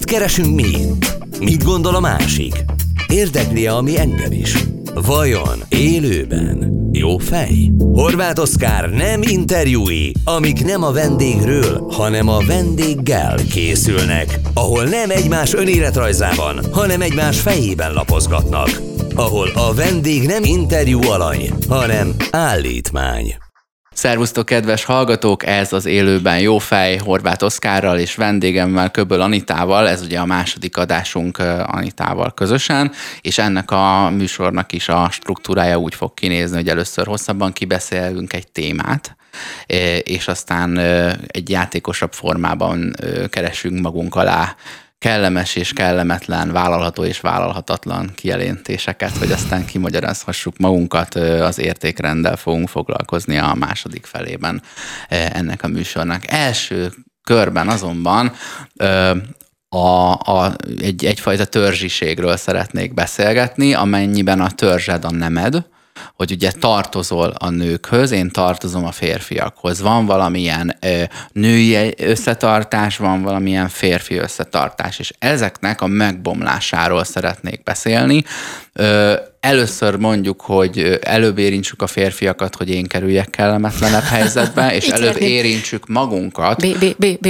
keresünk mi itt? Mit gondol a másik? Érdekli-e, ami engem is? Vajon élőben jó fej? Horváth Oszkár nem interjúi, amik nem a vendégről, hanem a vendéggel készülnek, ahol nem egymás önéletrajzában, hanem egymás fejében lapozgatnak, ahol a vendég nem interjú alany, hanem állítmány. Szervusztok, kedves hallgatók! Ez az Élőben jó fej Horváth Oszkárral és vendégemmel, Köböl Anitával. Ez ugye a második adásunk Anitával közösen, és ennek a műsornak is a struktúrája úgy fog kinézni, hogy először hosszabban kibeszélünk egy témát, és aztán egy játékosabb formában keresünk magunk alá kellemes és kellemetlen, vállalható és vállalhatatlan kijelentéseket, hogy aztán kimagyarázhassuk magunkat. Az értékrenddel fogunk foglalkozni a második felében ennek a műsornak. Első körben azonban egyfajta törzsiségről szeretnék beszélgetni, amennyiben a törzsed a nemed, hogy ugye tartozol a nőkhöz, én tartozom a férfiakhoz. Van valamilyen női összetartás, van valamilyen férfi összetartás, és ezeknek a megbomlásáról szeretnék beszélni. Először mondjuk, hogy előbb érintsük a férfiakat, hogy én kerüljek kellemetlenebb helyzetbe, és előbb érintsük magunkat. B.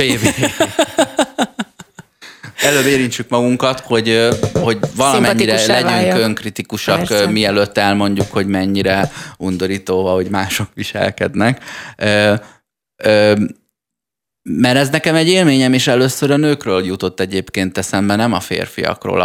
Előbb érintsük magunkat, hogy valamennyire legyünk önkritikusak, persze, mielőtt elmondjuk, hogy mennyire undorító, ahogy mások viselkednek. Mert ez nekem egy élményem, és először a nőkről jutott egyébként eszembe, nem a férfiakról,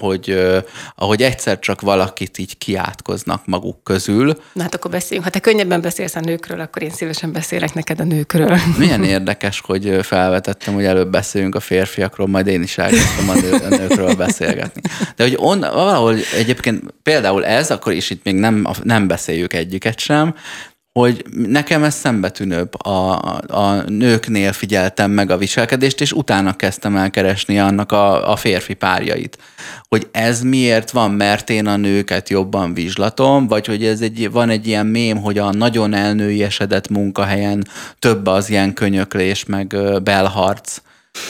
ahogy egyszer csak valakit így kiátkoznak maguk közül. Na hát akkor beszéljünk. Ha te könnyebben beszélsz a nőkről, akkor én szívesen beszélek neked a nőkről. Milyen érdekes, hogy felvetettem, hogy előbb beszéljünk a férfiakról, majd én is elkezdtem a nőkről beszélgetni. De hogy valahol egyébként például ez, akkor is itt még nem beszéljük egyiket sem, hogy nekem ez szembetűnőbb. A nőknél figyeltem meg a viselkedést, és utána kezdtem el keresni annak a férfi párjait. Hogy ez miért van, mert én a nőket jobban vizslatom, vagy hogy van egy ilyen mém, hogy a nagyon elnőiesedett munkahelyen több az ilyen könyöklés, meg belharc.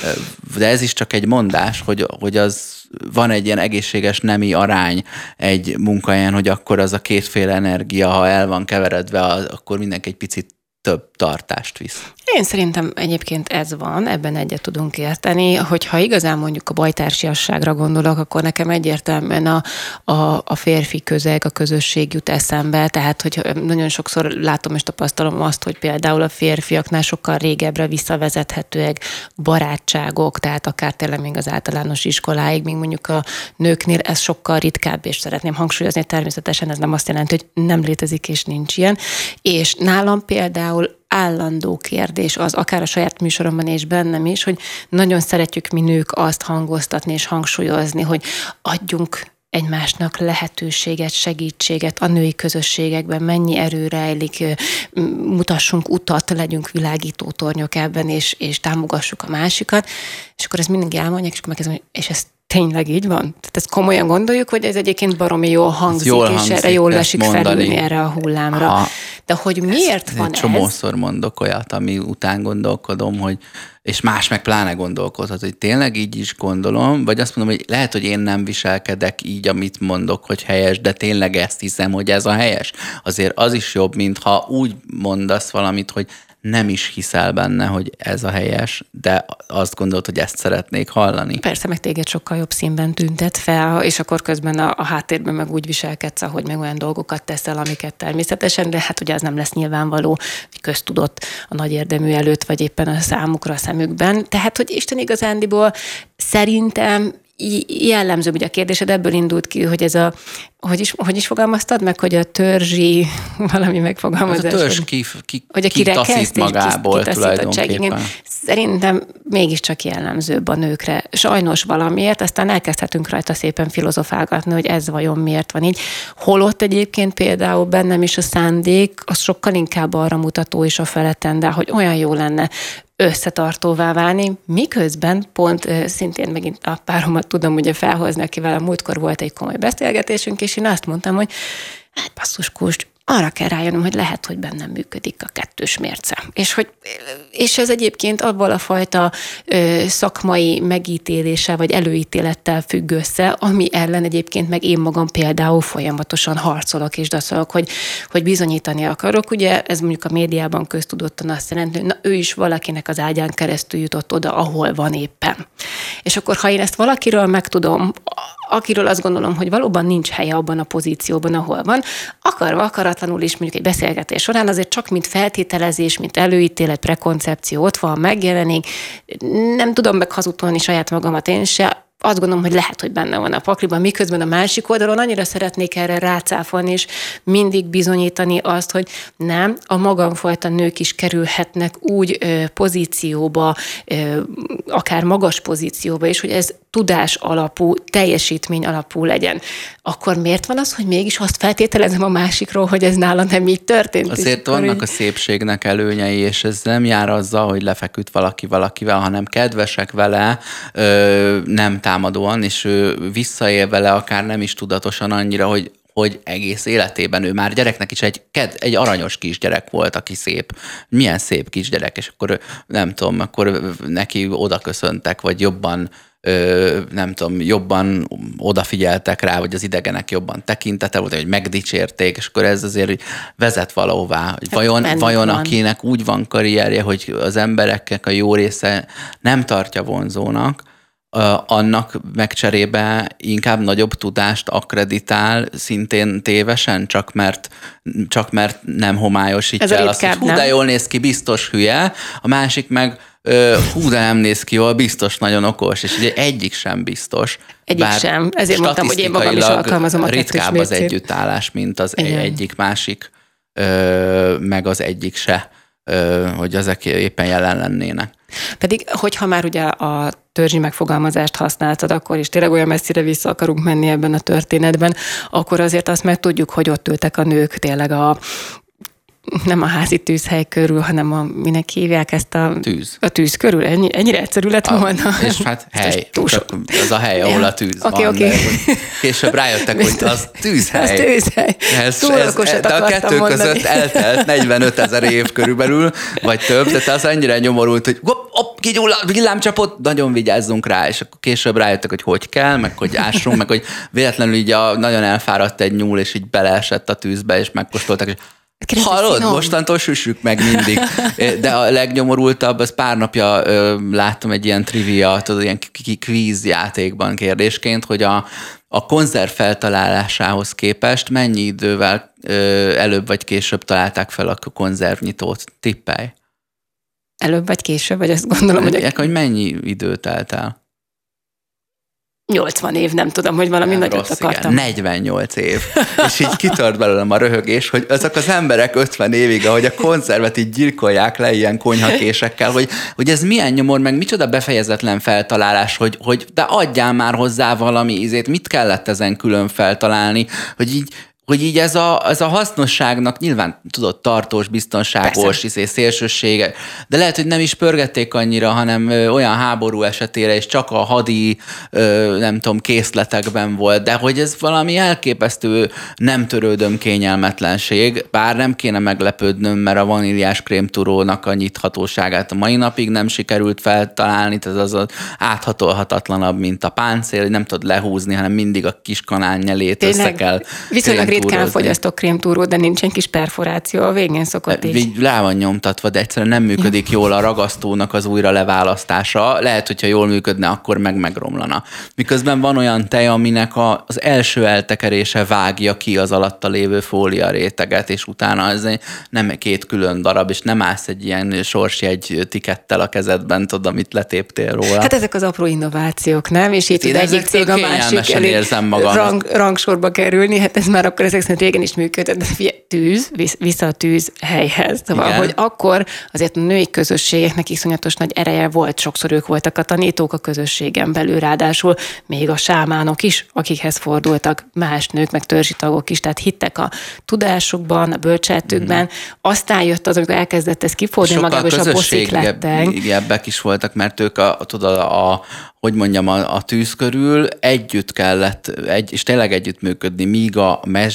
De ez is csak egy mondás, hogy az van egy ilyen egészséges nemi arány egy munkahelyen, hogy akkor az a kétféle energia, ha el van keveredve, akkor mindenki egy picit több tartást visz. Én szerintem egyébként ez van, ebben egyet tudunk érteni. Hogyha igazán mondjuk a bajtársiasságra gondolok, akkor nekem egyértelműen a férfi közeg, a közösség jut eszembe. Tehát, hogy nagyon sokszor látom és tapasztalom azt, hogy például a férfiaknál sokkal régebbre visszavezethetőek barátságok, tehát akár tényleg még az általános iskoláig, még mondjuk a nőknél ez sokkal ritkább, és szeretném hangsúlyozni, természetesen ez nem azt jelenti, hogy nem létezik és nincs ilyen. És nálam például állandó kérdés az, akár a saját műsoromban és bennem is, hogy nagyon szeretjük mi nők azt hangoztatni és hangsúlyozni, hogy adjunk egymásnak lehetőséget, segítséget a női közösségekben, mennyi erő rejlik, mutassunk utat, legyünk világító tornyok ebben, és támogassuk a másikat. És akkor ezt mindenki elmondják, és akkor megkezdem, és ez tényleg így van? Tehát ezt komolyan gondoljuk, hogy ez egyébként baromi jól hangzik, és erre jól esik felülni erre a hullámra. De hogy miért van ez? Csomószor mondok olyat, ami után gondolkodom, hogy és más meg pláne gondolkodhat, hogy tényleg így is gondolom, vagy azt mondom, hogy lehet, hogy én nem viselkedek így, amit mondok, hogy helyes, de tényleg ezt hiszem, hogy ez a helyes. Azért az is jobb, mintha úgy mondasz valamit, hogy nem is hiszel benne, hogy ez a helyes, de azt gondolod, hogy ezt szeretnék hallani. Persze, meg téged sokkal jobb színben tüntet fel, és akkor közben a háttérben meg úgy viselkedsz, ahogy meg olyan dolgokat teszel, amiket természetesen, de hát ugye az nem lesz nyilvánvaló, hogy köztudott a nagy érdemű előtt, vagy éppen a számukra, a szemükben. Tehát, hogy Isten igazándiból szerintem jellemző, ugye a kérdésed ebből indult ki, hogy ez hogy is fogalmaztad meg, hogy a törzsi valami megfogalmazás. Az a törzs kitaszít magából tulajdonképpen. Szerintem mégiscsak jellemzőbb a nőkre. Sajnos valamiért, aztán elkezdhetünk rajta szépen filozofálgatni, hogy ez vajon miért van így. Holott egyébként például bennem is a szándék, az sokkal inkább arra mutató is a feleten, de hogy olyan jó lenne összetartóvá válni, miközben pont szintén megint a páromat tudom ugye felhozni, akivel a múltkor volt egy komoly beszélgetésünk, és én azt mondtam, hogy hát basszus, Kust, arra kell rájönnöm, hogy lehet, hogy bennem működik a kettős mérce. És ez egyébként abból a fajta szakmai megítéléssel vagy előítélettel függ össze, ami ellen egyébként meg én magam például folyamatosan harcolok és daszolok, hogy bizonyítani akarok. Ugye ez mondjuk a médiában köztudottan azt jelenti, hogy na, ő is valakinek az ágyán keresztül jutott oda, ahol van éppen. És akkor, ha én ezt valakiről megtudom, akiről azt gondolom, hogy valóban nincs helye abban a pozícióban, ahol van, akarva, akaratlanul is mondjuk egy beszélgetés során azért csak mint feltételezés, mint előítélet, prekoncepció ott van, megjelenik, nem tudom meghazudtolni saját magamat én se, azt gondolom, hogy lehet, hogy benne van a pakliban, miközben a másik oldalon annyira szeretnék erre rácáfolni, és mindig bizonyítani azt, hogy nem, a magamfajta nők is kerülhetnek úgy pozícióba, akár magas pozícióba, és hogy ez tudás alapú, teljesítmény alapú legyen. Akkor miért van az, hogy mégis azt feltételezem a másikról, hogy ez nála nem így történt? Azért vannak a szépségnek előnyei, és ez nem jár azzal, hogy lefeküdt valaki valakivel, hanem kedvesek vele, nem támadóan, és ő visszaél vele akár nem is tudatosan annyira, hogy egész életében ő már gyereknek is egy aranyos kisgyerek volt, aki szép. Milyen szép kisgyerek, és akkor nem tudom, akkor neki odaköszöntek, vagy jobban nem tudom, jobban odafigyeltek rá, vagy az idegenek jobban tekintete volt, hogy megdicsérték, és akkor ez azért vezet valahová. Hogy vajon akinek úgy van karrierje, hogy az embereknek a jó része nem tartja vonzónak, annak megcserébe inkább nagyobb tudást akkreditál, szintén tévesen, csak mert nem homályosítja el azt, hogy hú, de jól néz ki, biztos hülye, a másik meg hú, de nem néz ki jól, biztos nagyon okos, és ugye egyik sem biztos. Egyik sem, ezért mondtam, hogy én magam is alkalmazom a kettős mércét. Ritkább az együttállás, mint az egyik-másik, meg az egyik se, hogy ezek éppen jelen lennének. Pedig, hogyha már ugye a törzsi megfogalmazást használtad, akkor is tényleg olyan messzire vissza akarunk menni ebben a történetben, akkor azért azt meg tudjuk, hogy ott ültek a nők tényleg nem a házi tűzhely körül, hanem minek hívják ezt a tűz körül. Ennyire egyszerű lett volna. És hát hely. Az a hely, ahol a tűz van. Okay. Később rájöttek, hogy az tűzhely. Az tűzhely. De a kettő között eltelt 45 000 év körülbelül, vagy több, de az annyira nyomorult, hogy kigyulladt, villámcsapott, nagyon vigyázzunk rá, és akkor később rájöttek, hogy kell, meg hogy ássunk, meg hogy véletlenül így nagyon elfáradt egy nyúl, és így beleesett a tűzbe, és megkóstoltak, és hallod, mostantól süssük meg mindig. De a legnyomorultabb, az pár napja láttam egy ilyen trivia, ilyen kvíz játékban kérdésként, hogy a konzerv feltalálásához képest mennyi idővel előbb vagy később találták fel a konzervnyitót? Tippelj. Előbb vagy később, vagy azt gondolom, hogy mennyi idő telt el? 80 év, nem tudom, hogy valami nagyot akartam. 48 év. És így kitört belőlem a röhögés, hogy azok az emberek 50 évig, ahogy a konzervet így gyilkolják le ilyen konyhakésekkel, hogy ez milyen nyomor, meg micsoda befejezetlen feltalálás, hogy de adjál már hozzá valami ízét, mit kellett ezen külön feltalálni, hogy így ez a hasznosságnak nyilván tudod, tartós, biztonságos, szélsősége, de lehet, hogy nem is pörgették annyira, hanem olyan háború esetére, és csak a hadi, nem tudom, készletekben volt, de hogy ez valami elképesztő nem törődöm kényelmetlenség, bár nem kéne meglepődnöm, mert a vaníliás krémturónak a nyithatóságát a mai napig nem sikerült feltalálni, tehát az áthatolhatatlanabb, mint a páncél, nem tudod lehúzni, hanem mindig a kis kanál nyelét össze kell. Viszonylag ritkán fogyasztok krémtúrót, de nincsen kis perforáció, a végén szokott így. Rá van nyomtatva, de egyszerűen nem működik jól a ragasztónak az újra leválasztása. Lehet, hogyha jól működne, akkor megromlana. Miközben van olyan tej, aminek az első eltekerése vágja ki az alatta lévő fólia réteget, és utána ez nem 2 külön darab, és nem állsz egy ilyen sorsjegy tikettel a kezedben, tudod, amit letéptél róla. Hát ezek az apró innovációk, nem? És itt egyik cég a másik elé rangsorba kerülni, hát ez már akkor ezek szerint régen is működött, de tűz, vissza a tűz helyhez. Szóval, hogy akkor azért a női közösségeknek iszonyatos nagy ereje volt, sokszor ők voltak a tanítók a közösségen belül, ráadásul még a sámánok is, akikhez fordultak más nők, meg törzsi tagok is, tehát hittek a tudásukban, a bölcseltükben. Aztán jött az, amikor elkezdett ez kifordulni magába, és a bosszik lettek. Ebbek is voltak, mert ők hogy mondjam, a tűz körül együtt kellett, és tényleg együtt működni, míg a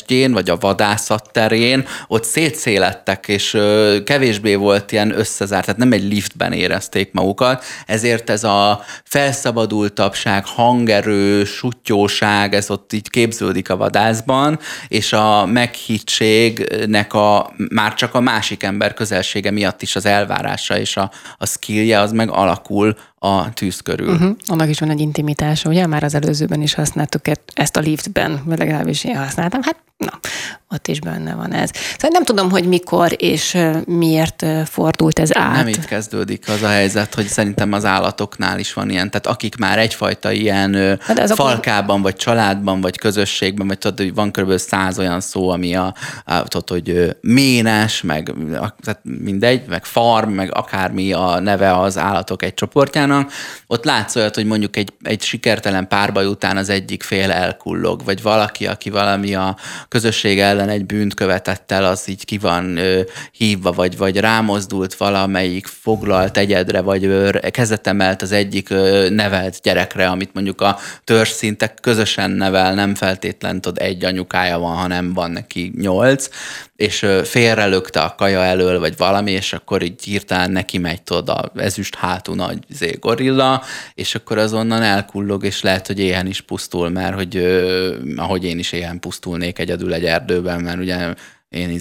mesdjén, vagy a vadászat terén, ott szétszélettek, és kevésbé volt ilyen összezárt, tehát nem egy liftben érezték magukat, ezért ez a felszabadultabbság, hangerő, suttyóság, ez ott így képződik a vadászban, és a meghittségnek már csak a másik ember közelsége miatt is az elvárása és a skillje az meg alakul a tűz körül. Annak is van egy intimitása, ugye? Már az előzőben is használtuk ezt a liftben, vagy legalábbis én használtam. Hát, na, ott is benne van ez. Szóval nem tudom, hogy mikor és miért fordult ez át. Nem itt kezdődik az a helyzet, hogy szerintem az állatoknál is van ilyen, tehát akik már egyfajta ilyen falkában, vagy családban, vagy közösségben, vagy tudod, hogy van kb. 100 olyan szó, ami tudod, hogy ménes, meg tehát mindegy, meg farm, meg akármi a neve az állatok egy csoportjának, ott látsz olyat, hogy mondjuk egy sikertelen párbaj után az egyik fél elkullog, vagy valaki, aki valami a közösség ellen egy bűnt követett el, az így ki van hívva, vagy rámozdult valamelyik foglalt egyedre, vagy kezet emelt az egyik nevelt gyerekre, amit mondjuk a törzsszintek közösen nevel, nem feltétlen egy anyukája van, hanem van neki 8, és félrelökte a kaja elől, vagy valami, és akkor így hirtelen neki megy, tudod, a ezüst hátú nagy gorilla, és akkor azonnan elkullog, és lehet, hogy éhen is pusztul, mert hogy ahogy én is éhen pusztulnék egyedül egy erdőben, mert ugye én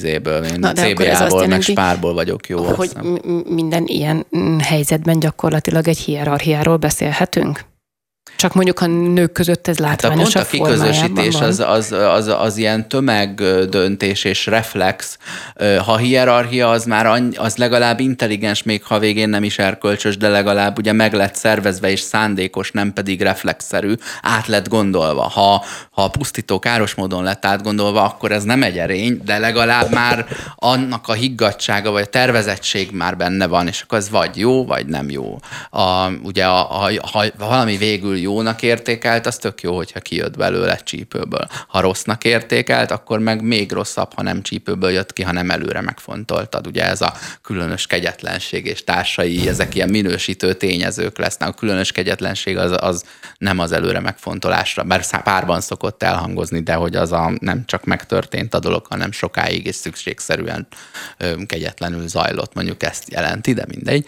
CBA-ból, meg spárból vagyok jó. Hogy minden ilyen helyzetben gyakorlatilag egy hierarchiáról beszélhetünk? Csak mondjuk a nők között ez látványosabb formájában van. A kiközösítés az ilyen tömegdöntés és reflex. Ha hierarchia, az már az legalább intelligens, még ha végén nem is erkölcsös, de legalább ugye meg lett szervezve és szándékos, nem pedig reflexzerű, át lett gondolva. Ha pusztító, káros módon lett átgondolva, akkor ez nem egy erény, de legalább már annak a higgadtsága vagy a tervezettség már benne van, és akkor ez vagy jó, vagy nem jó. Ugye ha valami végül jónak értékelt, az tök jó, hogyha kijött belőle csípőből. Ha rossznak értékelt, akkor meg még rosszabb, ha nem csípőből jött ki, hanem előre megfontoltad. Ugye ez a különös kegyetlenség és társai, ezek ilyen minősítő tényezők lesznek. A különös kegyetlenség az nem az előre megfontolásra, bár párban szokott elhangozni, de hogy az nem csak megtörtént a dolog, hanem sokáig és szükségszerűen kegyetlenül zajlott, mondjuk ezt jelenti, de mindegy.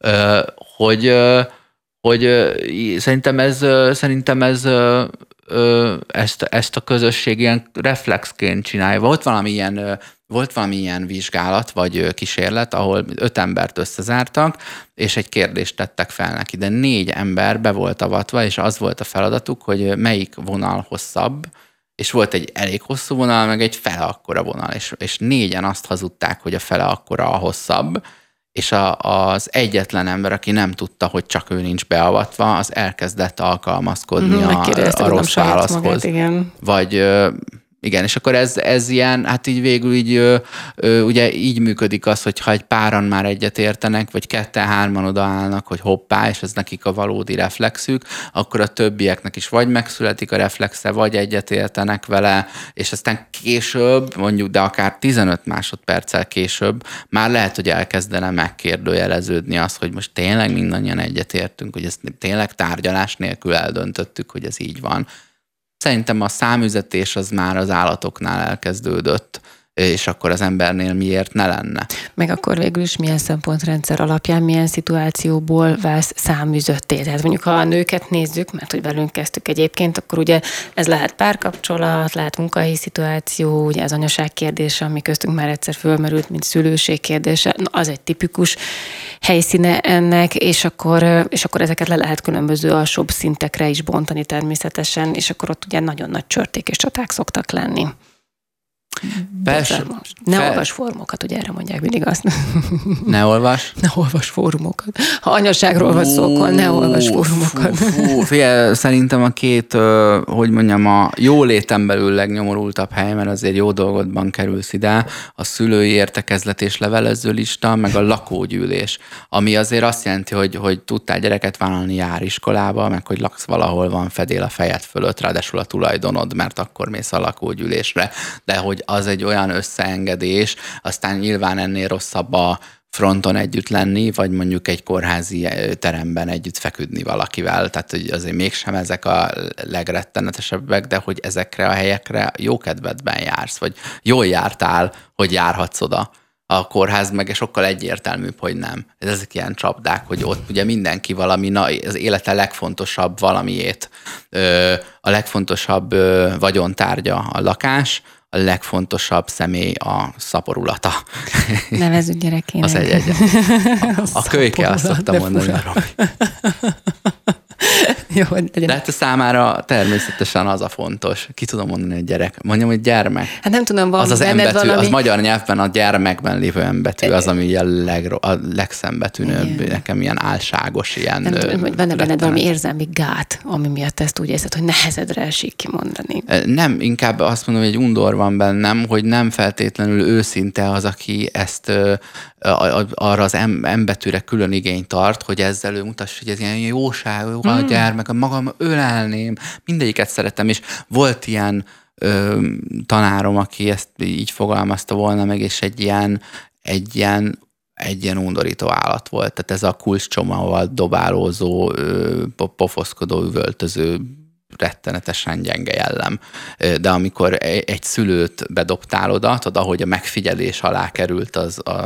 Hogy szerintem ez ezt a közösség ilyen reflexként csinálja. Volt valami ilyen vizsgálat, vagy kísérlet, ahol 5 embert összezártak, és egy kérdést tettek fel neki, de 4 ember be volt avatva, és az volt a feladatuk, hogy melyik vonal hosszabb, és volt egy elég hosszú vonal, meg egy fele akkora vonal, és 4-en azt hazudták, hogy a fele akkora a hosszabb, és az egyetlen ember, aki nem tudta, hogy csak ő nincs beavatva, az elkezdett alkalmazkodni a rossz válaszhoz. Magát, igen. Vagy igen, és akkor ez ilyen, hát így végül így, ugye így működik az, hogyha egy páran már egyet értenek, vagy 2-3 odaállnak, hogy hoppá, és ez nekik a valódi reflexük, akkor a többieknek is vagy megszületik a reflexe, vagy egyet értenek vele, és aztán később, mondjuk, de akár 15 másodperccel később, már lehet, hogy elkezdene megkérdőjeleződni az, hogy most tényleg mindannyian egyet értünk, hogy ezt tényleg tárgyalás nélkül eldöntöttük, hogy ez így van. Szerintem a számüzetés az már az állatoknál elkezdődött, és akkor az embernél miért ne lenne. Meg akkor végül is milyen szempontrendszer alapján, milyen szituációból válsz száműzötté. Tehát mondjuk, ha a nőket nézzük, mert hogy velünk kezdtük egyébként, akkor ugye ez lehet párkapcsolat, lehet munkahelyi szituáció, ugye az anyaság kérdése, ami köztünk már egyszer fölmerült, mint szülőség kérdése, az egy tipikus helyszíne ennek, és akkor ezeket le lehet különböző alsóbb szintekre is bontani természetesen, és akkor ott ugye nagyon nagy csörték és csaták szoktak lenni. Ne olvas fórumokat, ugye erre mondják mindig azt. Ne olvas? Ne olvas fórumokat. Ha anyaságról van szó, akkor ne olvas fórumokat. Figyelj, szerintem a két, hogy mondjam, a jóléten belül legnyomorultabb hely, mert azért jó dolgodban kerülsz ide, a szülői értekezlet és levelező lista, meg a lakógyűlés, ami azért azt jelenti, hogy tudtál gyereket vállalni, jár iskolába, meg hogy laksz valahol, van fedél a fejed fölött, ráadásul a tulajdonod, mert akkor mész a lakógyűlésre, de hogy az egy olyan összeengedés, aztán nyilván ennél rosszabb a fronton együtt lenni, vagy mondjuk egy kórházi teremben együtt feküdni valakivel. Tehát, hogy azért mégsem ezek a legrettenetesebbek, de hogy ezekre a helyekre jó kedvedben jársz, vagy jól jártál, hogy járhatsz oda. A kórház meg sokkal egyértelműbb, hogy nem. Ezek ilyen csapdák, hogy ott ugye mindenki valami, az élete legfontosabb valamiét, a legfontosabb vagyontárgya a lakás, a legfontosabb személy a szaporulata. Nevezzük gyerekének. Az egy. A kölyke, azt szoktam mondani arról. Jó, de hát a számára természetesen az a fontos. Ki tudom mondani, hogy gyerek. Mondjam, hogy gyermek. Hát nem tudom, van az benned M-betű, valami... az magyar nyelvben a gyermekben lévő M-betű, az, ami a legszembetűnőbb, nekem ilyen álságos, ilyen... Nem tudom, hogy benned valami érzelmi gát, ami miatt ezt úgy érzed, hogy nehezedre esik kimondani. Nem, inkább azt mondom, hogy egy undor van bennem, hogy nem feltétlenül őszinte az, aki ezt arra az M-betűre külön igényt tart, hogy ezzel ő mutassa, hogy ez ilyen jóság, a gyermek, magam ölelném, mindegyiket szeretem, és volt ilyen tanárom, aki ezt így fogalmazta volna meg, és egy ilyen undorító állat volt. Tehát ez a kulcscsomával dobálózó, pofoszkodó, üvöltöző, rettenetesen gyenge jellem. De amikor egy szülőt bedobtál oda, tudod, ahogy a megfigyelés alá került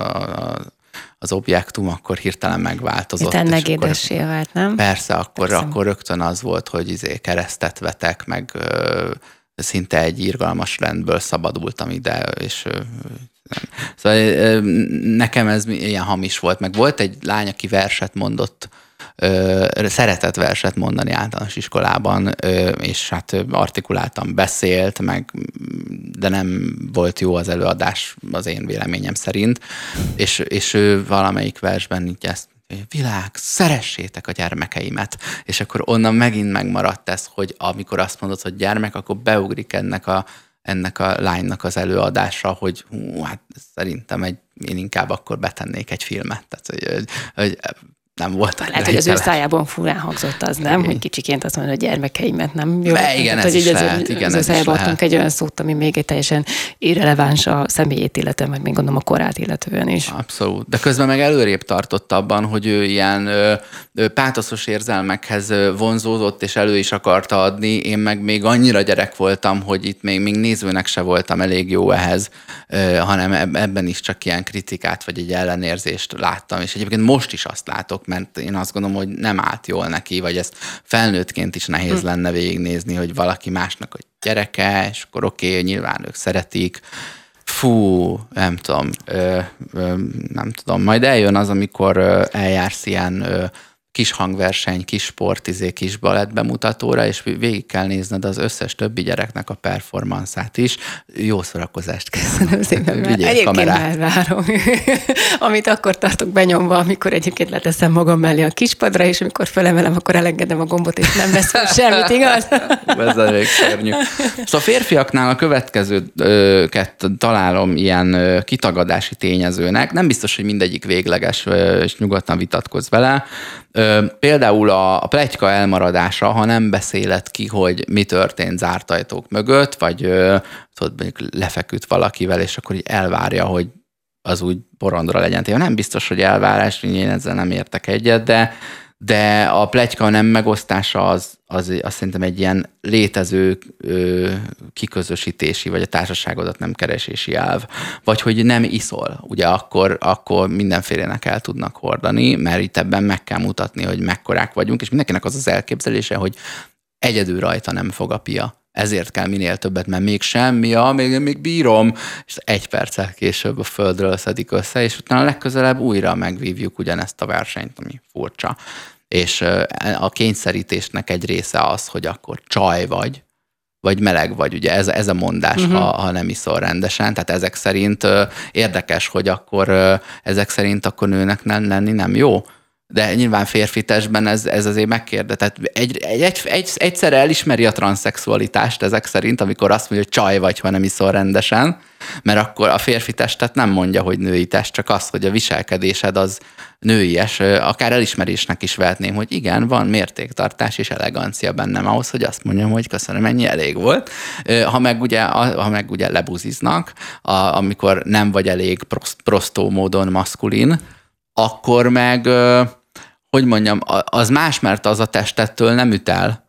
az objektum, akkor hirtelen megváltozott. Itt negédessé vált, nem? Persze, akkor rögtön az volt, hogy keresztet vetek, meg szinte egy irgalmas rendből szabadultam ide, és szóval nekem ez ilyen hamis volt. Meg volt egy lány, aki verset mondott, szeretett verset mondani általános iskolában, és hát artikuláltan beszélt, de nem volt jó az előadás az én véleményem szerint, és ő valamelyik versben így ezt világ, szeressétek a gyermekeimet. És akkor onnan megint megmaradt ez, hogy amikor azt mondod, hogy gyermek, akkor beugrik ennek a lánynak az előadása, hogy hát szerintem én inkább akkor betennék egy filmet. Tehát, hogy nem volt. Lehet, hogy az ő szájában furán hangzott az, nem? Hogy kicsiként azt mondja, hogy gyermekeimet nem jó. Igen, ez is lehet. Az ő szájába adtunk egy olyan szót, ami még egy teljesen irreleváns a személyét illetően, meg még gondolom a korát illetően is. Abszolút. De közben meg előrébb tartott abban, hogy ő ilyen pátoszos érzelmekhez vonzódott, és elő is akarta adni. Én meg még annyira gyerek voltam, hogy itt még nézőnek se voltam elég jó ehhez, hanem ebben is csak ilyen kritikát, vagy egy ellenérzést láttam. És egyébként most is azt látok, mert én azt gondolom, hogy nem állt jól neki, vagy ezt felnőttként is nehéz lenne végignézni, hogy valaki másnak a gyereke, és akkor oké, nyilván ők szeretik. Fú, nem tudom. Majd eljön az, amikor eljársz ilyen kis hangverseny, kis sport, kis balett bemutatóra, és végig kell nézned az összes többi gyereknek a performanszát is. Jó szórakozást köszönöm szépen. Egyébként már várom. Amit akkor tartok benyomva, amikor egyébként leteszem magam mellé a kispadra, és amikor fölemelem, akkor elengedem a gombot, és nem vesz fel semmit, igaz? Ez elég szörnyű. Szóval a férfiaknál a következőket találom ilyen kitagadási tényezőnek. Nem biztos, hogy mindegyik végleges, és nyugodtan vitatkozz vele. Például a pletyka elmaradása, ha nem beszéled ki, hogy mi történt zárt ajtók mögött, vagy mondjuk lefeküdt valakivel, és akkor így elvárja, hogy az úgy porondra legyen. Nem biztos, hogy elvárás, én ezzel nem értek egyet, de a pletyka nem megosztása az szerintem egy ilyen létező kiközösítési, vagy a társaságodat nem keresési elv. Vagy hogy nem iszol, ugye akkor mindenfélének el tudnak hordani, mert itt ebben meg kell mutatni, hogy mekkorák vagyunk, és mindenkinek az az elképzelése, hogy egyedül rajta nem fog a pia. Ezért kell minél többet, mert még semmi, még bírom, és egy perccel később a földről szedik össze, és utána legközelebb újra megvívjuk ugyanezt a versenyt, ami furcsa. És a kényszerítésnek egy része az, hogy akkor csaj vagy meleg vagy, ugye ez a mondás, ha nem iszol rendesen, tehát ezek szerint érdekes, hogy akkor ezek szerint akkor nőnek lenni nem jó. De nyilván férfi testben ez azért megkérde. Tehát egyszerre elismeri a transzszexualitást ezek szerint, amikor azt mondja, hogy csaj vagy, ha nem iszol rendesen, mert akkor a férfi testet nem mondja, hogy női test, csak az, hogy a viselkedésed az nőies, akár elismerésnek is vehetném, hogy igen, van mértéktartás és elegancia bennem ahhoz, hogy azt mondjam, hogy köszönöm, ennyi elég volt. Ha meg ugye lebuziznak, amikor nem vagy elég prostó módon maszkulin, akkor meg, hogy mondjam, az más, mert az a testettől nem üt el,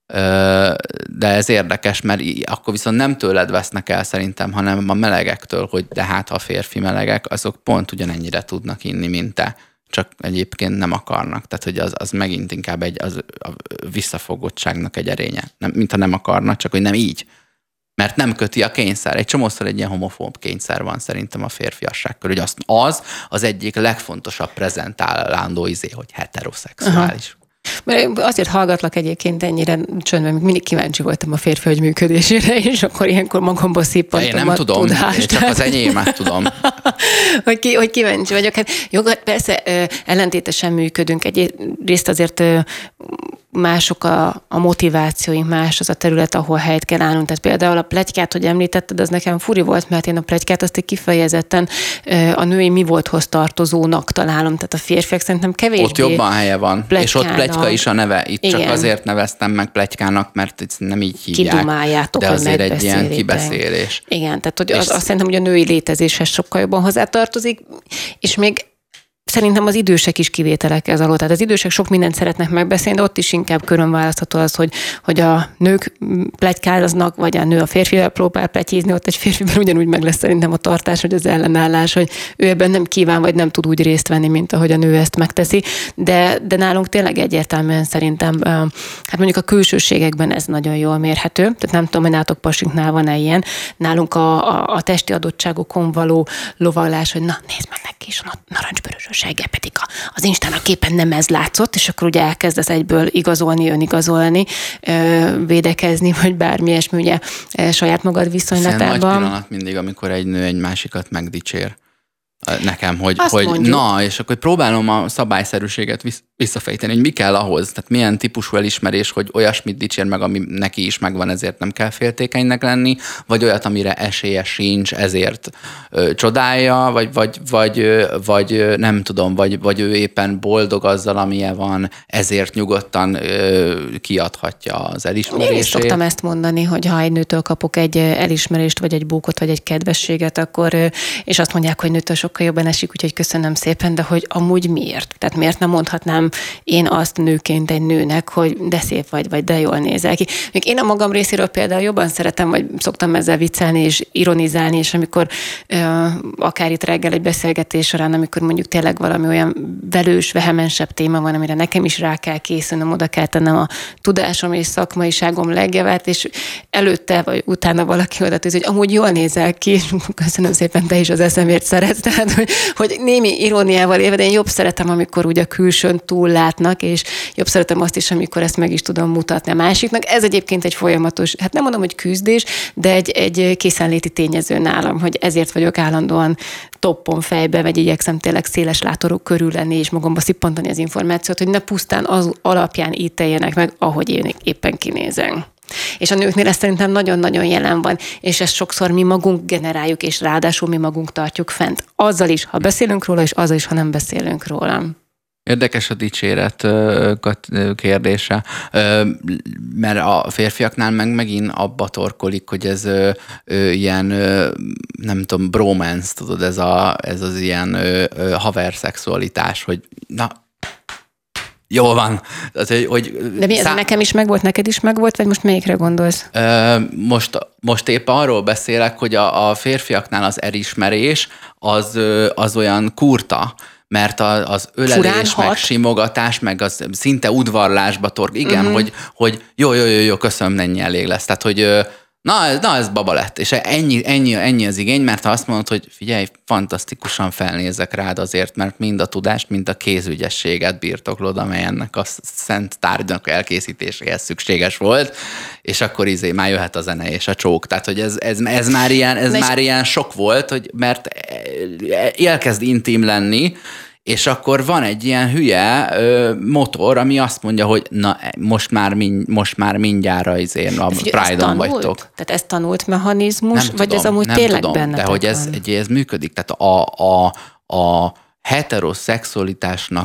de ez érdekes, mert akkor viszont nem tőled vesznek el szerintem, hanem a melegektől, hogy de hát ha a férfi melegek, azok pont ugyanennyire tudnak inni, mint te, csak egyébként nem akarnak. Tehát, hogy az megint inkább a visszafogottságnak egy erénye. Nem, mintha nem akarnak, csak hogy nem így. Mert nem köti a kényszer. Egy csomószor egy ilyen homofób kényszer van szerintem a férfiasság körül, hogy az egyik legfontosabb prezentálandó hogy heteroszexuális. Mert azért hallgatlak egyébként ennyire csöndben, még mindig kíváncsi voltam a férfi agy működésére, és akkor ilyenkor magamba szippantom én nem tudom, tudást. Én csak az enyémet tudom. hogy kíváncsi vagyok. Hát jó, persze ellentétesen működünk. Egyrészt azért mások a motivációink, más az a terület, ahol helyt kell állnunk. Tehát például a pletykát, hogy említetted, az nekem furi volt, mert én a pletykát azt kifejezetten a női mi volthoz tartozónak találom. Tehát a férfiak szerintem kevésbé ott jobban helye van. Pletykálnak. És ott pletyka is a neve. Itt igen. Csak azért neveztem meg pletykának, mert itt nem így hívják. Kidumáljátok, de azért egy ilyen kibeszélés. Igen, tehát hogy azt szerintem, hogy a női létezéshez sokkal jobban hozzátartozik, és még szerintem az idősek is kivételek ez alól. Tehát az idősek sok mindent szeretnek megbeszélni, de ott is inkább körönválasztható az, hogy a nők pletykáznak, vagy a nő a férfivel próbál pletyézni, ott egy férfiben ugyanúgy meg lesz szerintem a tartás, hogy az ellenállás, hogy ő ebben nem kíván, vagy nem tud úgy részt venni, mint ahogy a nő ezt megteszi. De nálunk tényleg egyértelműen szerintem, hát mondjuk a külsőségekben ez nagyon jól mérhető. Tehát nem tudom, hogy nálatok pasiknál van-e ilyen. Nálunk a testi adottságokon való lovaglás, hogy na, nézd meg neki is, narancsbőrös pedig az Instának képen nem ez látszott, és akkor ugye elkezdesz egyből igazolni, önigazolni, védekezni, vagy bármi ilyesmi, ugye saját magad viszonylatában. Ez nagy pillanat mindig, amikor egy nő egy másikat megdicsér. Nekem, hogy na, és akkor próbálom a szabályszerűséget visszafejteni, hogy mi kell ahhoz, tehát milyen típusú elismerés, hogy olyasmit dicsér meg, ami neki is megvan, ezért nem kell féltékenynek lenni, vagy olyat, amire esélye sincs, ezért csodálja, vagy nem tudom, vagy ő éppen boldog azzal, amilyen van, ezért nyugodtan kiadhatja az elismerését. Én is szoktam ezt mondani, hogy ha egy nőtől kapok egy elismerést, vagy egy bókot, vagy egy kedvességet, akkor, és azt mondják, hogy nőtől sokkal jobban esik, úgyhogy köszönöm szépen, de hogy amúgy miért? Tehát miért nem mondhatnám én azt nőként egy nőnek, hogy de szép vagy de jól nézel ki. Még én a magam részéről például jobban szeretem, vagy szoktam ezzel viccelni és ironizálni, és amikor akár itt reggel egy beszélgetés során, amikor mondjuk tényleg valami olyan velős, vehemensebb téma van, amire nekem is rá kell készülnöm, oda kell tennem a tudásom és szakmaiságom legjavát, és előtte vagy utána valaki oda tűz, hogy amúgy jól nézel ki, és köszönöm szépen, te is az eszemért szeretsz. Tehát, hogy némi iróniával élve, de én jobb szeretem, amikor ugye a külsőn túl látnak, és jobb szeretem azt is, amikor ezt meg is tudom mutatni a másiknak. Ez egyébként egy folyamatos, hát nem mondom, hogy küzdés, de egy készenléti tényező nálam, hogy ezért vagyok állandóan toppon fejbe, vagy igyekszem tényleg széles látorok körül lenni, és magamba szippantani az információt, hogy ne pusztán az alapján ítéljenek meg, ahogy én éppen kinézem. És a nőknél ez szerintem nagyon-nagyon jelen van, és ezt sokszor mi magunk generáljuk, és ráadásul mi magunk tartjuk fent. Azzal is, ha beszélünk róla, és azzal is, ha nem beszélünk róla. Érdekes a dicséret kérdése, mert a férfiaknál megint abba torkolik, hogy ez ilyen, nem tudom, bromance, tudod, ez az ilyen haverszexualitás, hogy na, jól van. Tehát, hogy de mi ez nekem is megvolt, neked is megvolt, vagy most melyikre gondolsz? Most éppen arról beszélek, hogy a férfiaknál az elismerés az olyan kurta, mert az ölelés, meg simogatás, meg az szinte udvarlásba igen, hogy jó, köszönöm, ennyi elég lesz. Tehát, hogy na ez baba lett, és ennyi az igény, mert ha azt mondod, hogy figyelj, fantasztikusan felnézek rád azért, mert mind a tudást, mind a kézügyességet birtoklod, amely ennek a szent tárgynak elkészítéséhez szükséges volt, és akkor már jöhet a zene és a csók. Tehát, hogy ez már ilyen sok volt, hogy mert elkezd intim lenni, és akkor van egy ilyen hülye motor, ami azt mondja, hogy na, most már mindjárt a Pride-on vagytok. Tehát ez tanult mechanizmus, nem vagy tudom, ez amúgy tényleg bennetek de hogy ez működik. Tehát a heteroszexualitásnak a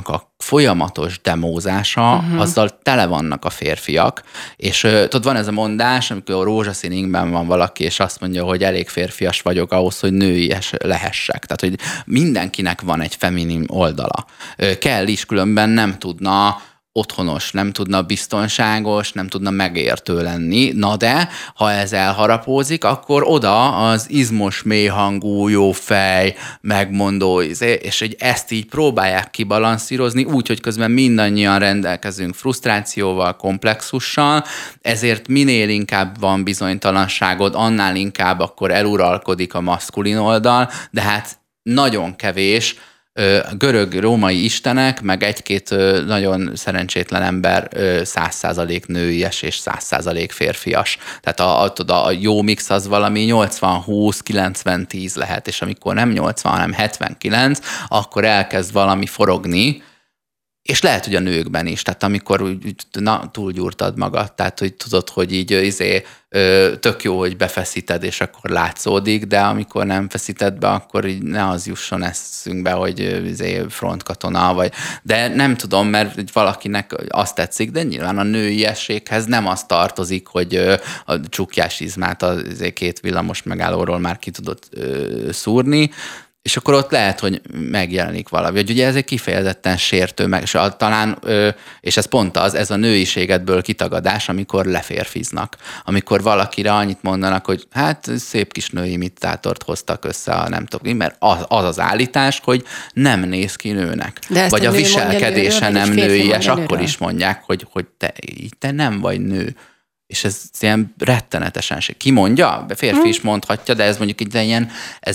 folyamatos demózása, azzal tele vannak a férfiak, és tudod, van ez a mondás, amikor a rózsaszín ingben van valaki, és azt mondja, hogy elég férfias vagyok ahhoz, hogy nőies lehessek. Tehát, hogy mindenkinek van egy feminin oldala. Kell is, különben nem tudna otthonos, nem tudna biztonságos, nem tudna megértő lenni. Na de, ha ez elharapózik, akkor oda az izmos, mélyhangú, jó fej, megmondó, és hogy ezt így próbálják kibalanszírozni, úgy, hogy közben mindannyian rendelkezünk frusztrációval, komplexussal, ezért minél inkább van bizonytalanságod, annál inkább akkor eluralkodik a maszkulin oldal, de hát nagyon kevés görög-római istenek, meg egy-két nagyon szerencsétlen ember 100% nőies és 100% férfias. Tehát a jó mix az valami 80-20, 90-10 lehet, és amikor nem 80, hanem 79, akkor elkezd valami forogni, és lehet, hogy a nőkben is, tehát amikor úgy, túlgyúrtad magad, tehát hogy tudod, hogy így tök jó, hogy befeszíted, és akkor látszódik, de amikor nem feszíted be, akkor így ne az jusson eszünkbe, hogy frontkatona, vagy, de nem tudom, mert valakinek azt tetszik, de nyilván a nőiességhez nem az tartozik, hogy a csukjás izmát a két villamos megállóról már ki tudod szúrni, és akkor ott lehet, hogy megjelenik valami. Ugye ez egy kifejezetten sértő, és talán, és ez pont az, ez a nőiségedből kitagadás, amikor leférfiznak. Amikor valakire annyit mondanak, hogy hát szép kis női imitátort hoztak össze, nem tudom, mert az állítás, hogy nem néz ki nőnek. Vagy a viselkedése nem nőies, akkor is mondják, hogy te nem vagy nő. És ez ilyen rettenetesen. Ki mondja? A férfi is mondhatja, de ez mondjuk egy ilyen,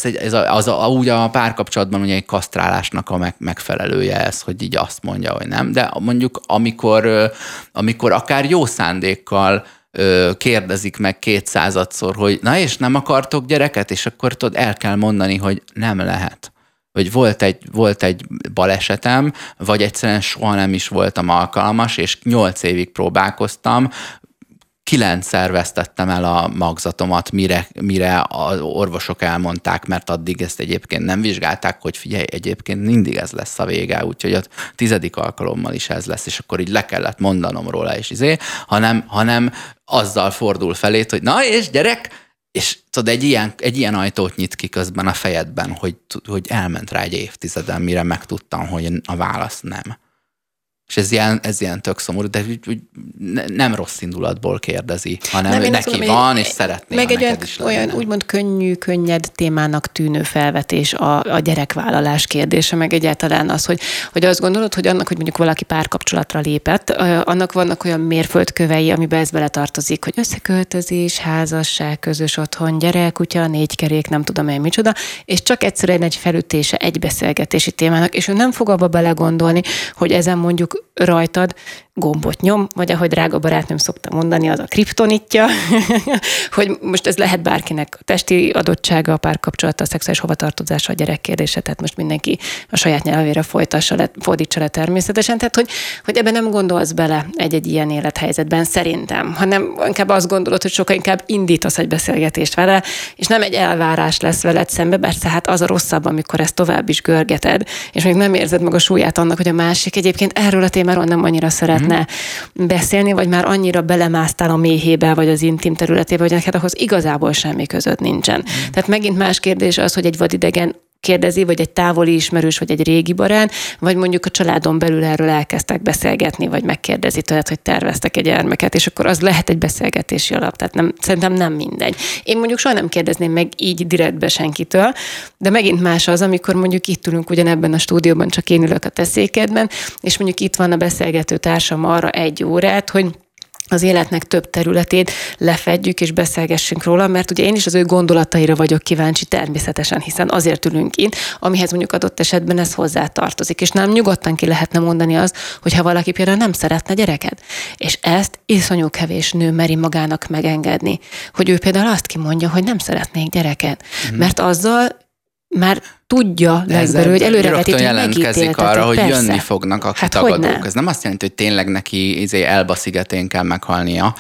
úgy a párkapcsolatban ugye egy kasztrálásnak a megfelelője ez, hogy így azt mondja, hogy nem. De mondjuk amikor akár jó szándékkal kérdezik meg 200-szor, hogy na és nem akartok gyereket? És akkor tudod, el kell mondani, hogy nem lehet. Hogy volt egy balesetem, vagy egyszerűen soha nem is voltam alkalmas, és 8 évig próbálkoztam, 9-szer vesztettem el a magzatomat, mire az orvosok elmondták, mert addig ezt egyébként nem vizsgálták, hogy figyelj, egyébként mindig ez lesz a vége, úgyhogy a 10. alkalommal is ez lesz, és akkor így le kellett mondanom róla, és hanem azzal fordul felét, hogy na és gyerek, és tudod, egy ilyen ajtót nyit ki közben a fejedben, hogy elment rá egy évtizeden, mire megtudtam, hogy a válasz nem. És ez ilyen tök szomorú, de nem rossz indulatból kérdezi, hanem neki van, és szeretné, meg egy is olyan úgymond könnyed témának tűnő felvetés a gyerekvállalás kérdése, meg egyáltalán az, hogy azt gondolod, hogy annak, hogy mondjuk valaki párkapcsolatra lépett, annak vannak olyan mérföldkövei, amiben ez beletartozik, hogy összeköltözés, házasság, közös otthon, gyerek, kutya, 4 kerék, nem tudom én micsoda, és csak egyszerűen egy felütése egy beszélgetési témának, és ő nem fog abba belegondolni, hogy ezen mondjuk rajtad gombot nyom, vagy ahogy drága barátnőm szokta mondani, az a kriptonitja, hogy most ez lehet bárkinek a testi adottsága, a párkapcsolata, a szexuális hovatartozása, a gyerekkérdése, tehát most mindenki a saját nyelvére fordítsa le természetesen, tehát hogy ebben nem gondolsz bele egy ilyen élethelyzetben szerintem, hanem inkább azt gondolod, hogy sokkal inkább indítasz egy beszélgetést vele, és nem egy elvárás lesz veled szembe, persze hát az a rosszabb, amikor ezt tovább is görgeted, és még nem érzed meg a súlyát annak, hogy a másik egyébként erről a témáról nem annyira szeretne beszélni, vagy már annyira belemásztál a méhébe, vagy az intim területébe, hogy neked ahhoz igazából semmi között nincsen. Tehát megint más kérdés az, hogy egy vadidegen kérdezi, vagy egy távoli ismerős, vagy egy régi barát, vagy mondjuk a családon belül erről elkezdtek beszélgetni, vagy megkérdezi tőled, hogy terveztek egy gyermeket, és akkor az lehet egy beszélgetési alap. Tehát szerintem nem mindegy. Én mondjuk soha nem kérdezném meg így direktbe senkitől, de megint más az, amikor mondjuk itt ülünk ugyanebben a stúdióban, csak én ülök a te székedben, és mondjuk itt van a beszélgető társam arra 1 órát, hogy az életnek több területét lefedjük és beszélgessünk róla, mert ugye én is az ő gondolataira vagyok kíváncsi természetesen, hiszen azért ülünk itt, amihez mondjuk adott esetben ez hozzá tartozik. És nem nyugodtan ki lehetne mondani az, hogyha valaki például nem szeretne gyereket. És ezt iszonyú kevés nő meri magának megengedni, hogy ő például azt kimondja, hogy nem szeretnék gyereket. Mert azzal már tudja legbelül, hogy előrevetít, hogy jelentkezik arra, hogy persze. Jönni fognak a kitagadók. Ez nem azt jelenti, hogy tényleg neki Elba szigetén kell meghalnia,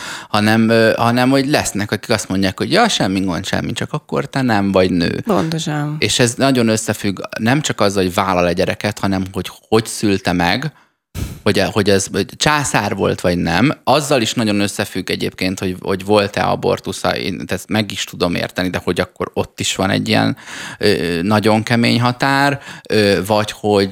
hanem hogy lesznek, akik azt mondják, hogy ja, semmi gond, semmi, csak akkor te nem vagy nő. Pontosan. És ez nagyon összefügg nem csak azzal, hogy vállal egy gyereket, hanem hogy szülte meg, hogy ez császár volt, vagy nem, azzal is nagyon összefügg egyébként, hogy volt-e abortusza, én ezt meg is tudom érteni, de hogy akkor ott is van egy ilyen nagyon kemény határ, vagy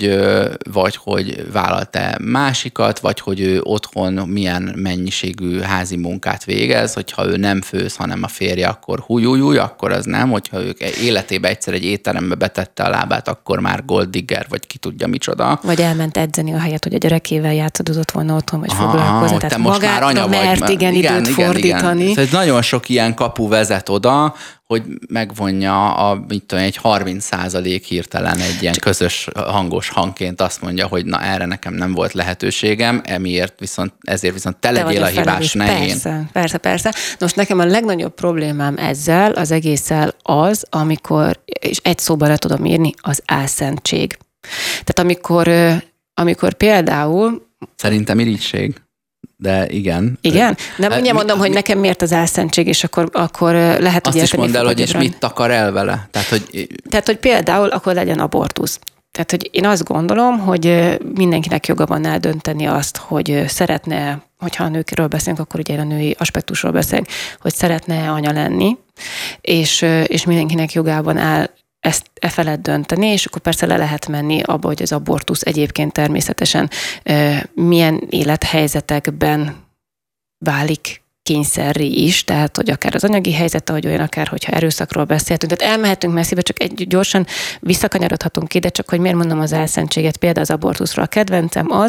hogy vállalt-e másikat, vagy hogy ő otthon milyen mennyiségű házi munkát végez, hogyha ő nem főz, hanem a férje, akkor hújújúj, akkor az nem, hogyha ők életében egyszer egy étterembe betette a lábát, akkor már gold digger, vagy ki tudja micsoda. Vagy elment edzeni a helyet, hogy a gyerekével játszadott volna otthon, vagy foglalkozni. Tehát most már anya mert vagy. Igen, időt fordítani. Igen. Tehát nagyon sok ilyen kapu vezet oda, hogy megvonja egy 30% hirtelen egy ilyen közös hangos hangként azt mondja, hogy na erre nekem nem volt lehetőségem, ezért viszont te legyél a hibás, ne én. Persze. Most nekem a legnagyobb problémám ezzel, az egésszel az, amikor, és egy szóban le tudom írni, az álszentség. Tehát amikor például... Szerintem irigység. De igen. Igen? Nem ugye mondom, hogy nekem miért az álszentség, és akkor lehet, hogy azt is mondd el, hogy és mit takar el vele. Tehát, hogy például akkor legyen abortusz. Tehát, hogy én azt gondolom, hogy mindenkinek joga van eldönteni azt, hogy szeretne, hogyha a nőkről beszélünk, akkor ugye a női aspektusról beszélünk, hogy szeretne anya lenni, és mindenkinek jogában áll ezt felett dönteni, és akkor persze le lehet menni abba, hogy az abortusz egyébként természetesen milyen élethelyzetekben válik kényszerré is, tehát hogy akár az anyagi helyzet, ahogy olyan, akár hogyha erőszakról beszéltünk. Tehát elmehetünk messzibe, csak gyorsan visszakanyarodhatunk ide, csak hogy miért mondom az álszentséget, például az abortuszról. A kedvencem az,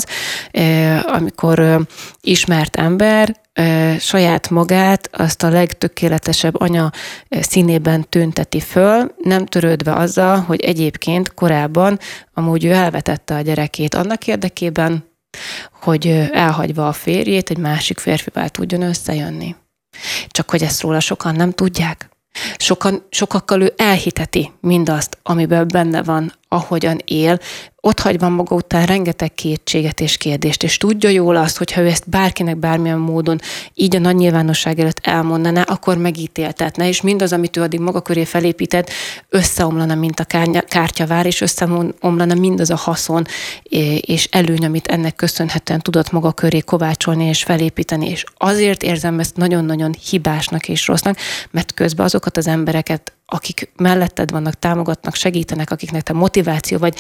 amikor ismert ember saját magát azt a legtökéletesebb anya színében tünteti föl, nem törődve azzal, hogy egyébként korábban amúgy ő elvetette a gyerekét annak érdekében, hogy elhagyva a férjét egy másik férfival tudjon összejönni. Csak hogy ezt róla sokan nem tudják. Sokakkal ő elhiteti mindazt, amiben benne van, ahogyan él, ott hagyva maga után rengeteg kétséget és kérdést, és tudja jól azt, hogyha ő ezt bárkinek bármilyen módon így a nagy nyilvánosság előtt elmondaná, akkor megítéltetne, és mindaz, amit ő addig maga köré felépített, összeomlana, mint a kártyavár, és összeomlana mindaz a haszon és előny, amit ennek köszönhetően tudott maga köré kovácsolni és felépíteni, és azért érzem ezt nagyon-nagyon hibásnak és rossznak, mert közben azokat az embereket, akik melletted vannak, támogatnak, segítenek, akiknek te motiváció vagy,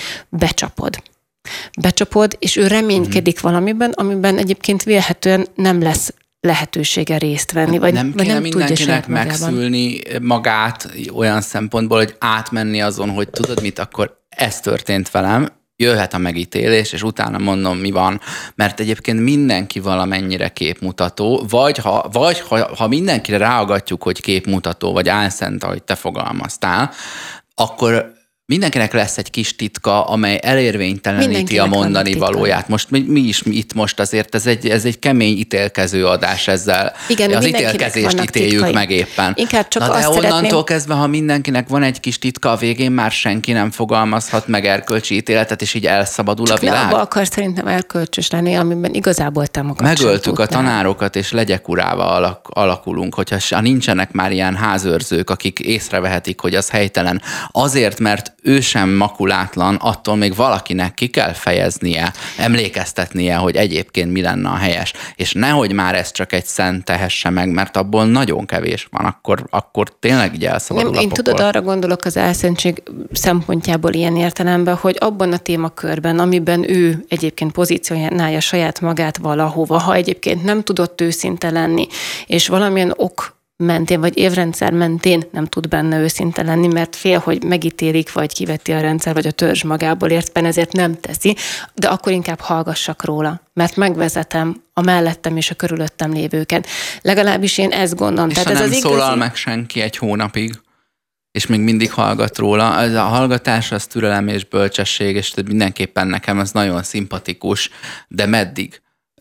becsapod, és ő reménykedik valamiben, amiben egyébként vélhetően nem lesz lehetősége részt venni, vagy nem kéne mindenkinek megszülni magát olyan szempontból, hogy átmenni azon, hogy tudod mit, akkor ez történt velem, jöhet a megítélés, és utána mondom, mi van, mert egyébként mindenki valamennyire képmutató, vagy ha mindenkire ráagatjuk, hogy képmutató, vagy álszent, ahogy te fogalmaztál, akkor mindenkinek lesz egy kis titka, amely elérvényteleníti a mondani valóját. Most mi is itt most azért, ez egy kemény ítélkező adás ezzel. Igen, az ítélkezést ítéljük titkai. Meg éppen. Inkább csak de onnantól kezdve, ha mindenkinek van egy kis titka, a végén már senki nem fogalmazhat meg erkölcsi ítéletet, és így elszabadul csak a világ. Csak abba akar szerintem erkölcsös lenni, amiben igazából támogatás. Megöltük a tanárokat, és legyekuráva alakulunk, hogyha nincsenek már ilyen házőrzők, akik észrevehetik, hogy az helytelen. Azért, mert ő sem makulátlan, attól még valakinek ki kell fejeznie, emlékeztetnie, hogy egyébként mi lenne a helyes. És nehogy már ez csak egy szent tehesse meg, mert abból nagyon kevés van, akkor tényleg így elszabadul a pokol. Én tudod, arra gondolok az álszentség szempontjából ilyen értelemben, hogy abban a témakörben, amiben ő egyébként pozícionálja saját magát valahova, ha egyébként nem tudott őszinte lenni, és valamilyen ok mentén, vagy évrendszer mentén nem tud benne őszinte lenni, mert fél, hogy megítélik, vagy kiveti a rendszer, vagy a törzs magából értben, ezért nem teszi, de akkor inkább hallgassak róla, mert megvezetem a mellettem és a körülöttem lévőket. Legalábbis én ezt gondolom. És tehát ha ez nem szólal meg senki egy hónapig, és még mindig hallgat róla. A hallgatás az türelem és bölcsesség, és mindenképpen nekem ez nagyon szimpatikus, de meddig?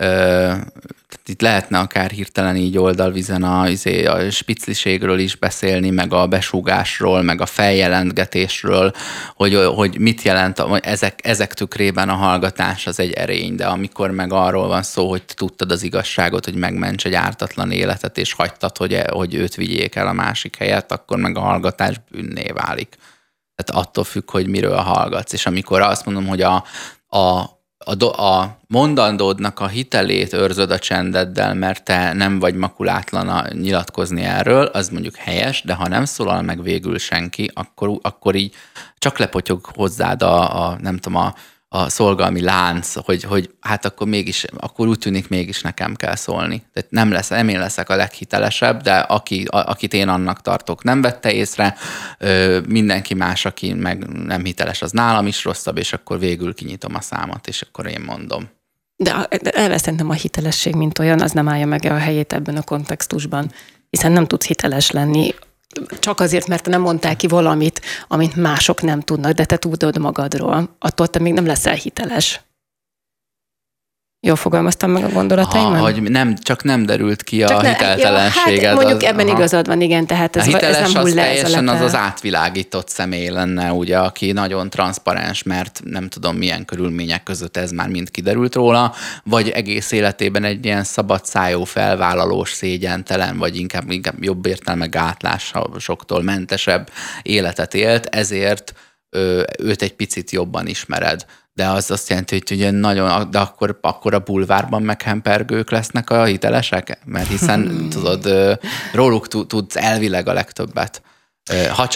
Itt lehetne akár hirtelen így oldalvizen a spicliségről is beszélni, meg a besúgásról, meg a feljelentgetésről, hogy mit jelent, ezek tükrében a hallgatás az egy erény, de amikor meg arról van szó, hogy tudtad az igazságot, hogy megments egy ártatlan életet, és hagytad, hogy őt vigyék el a másik helyet, akkor meg a hallgatás bűnné válik. Tehát attól függ, hogy miről hallgatsz. És amikor azt mondom, hogy a mondandódnak a hitelét őrzöd a csendeddel, mert te nem vagy makulátlan nyilatkozni erről, az mondjuk helyes, de ha nem szólal meg végül senki, akkor így csak lepotyog hozzád nem tudom, a szolgalmi lánc, hogy hát akkor úgy tűnik mégis nekem kell szólni. Tehát nem én leszek a leghitelesebb, de akit én annak tartok, nem vette észre, mindenki más, aki meg nem hiteles, az nálam is rosszabb, és akkor végül kinyitom a számat, és akkor én mondom. De elve szerintem a hitelesség, mint olyan, az nem állja meg a helyét ebben a kontextusban, hiszen nem tudsz hiteles lenni, csak azért, mert te nem mondtál ki valamit, amit mások nem tudnak, de te tudod magadról. Attól te még nem leszel hiteles. Jól fogalmaztam meg a gondolataimat? Hogy csak nem derült ki a hiteltelenséged. Hát mondjuk ebben igazad van, igen, tehát ez nem hull le. Teljesen az átvilágított személy lenne, ugye, aki nagyon transzparens, mert nem tudom milyen körülmények között ez már mind kiderült róla, vagy egész életében egy ilyen szabadszájú, felvállalós, szégyentelen, vagy inkább jobb értelme gátlásoktól mentesebb életet élt, ezért őt egy picit jobban ismered. De az azt jelenti, hogy ugye de akkor a bulvárban meghempergők lesznek a hitelesek? Mert hiszen tudod, róluk tudsz elvileg a legtöbbet. Ha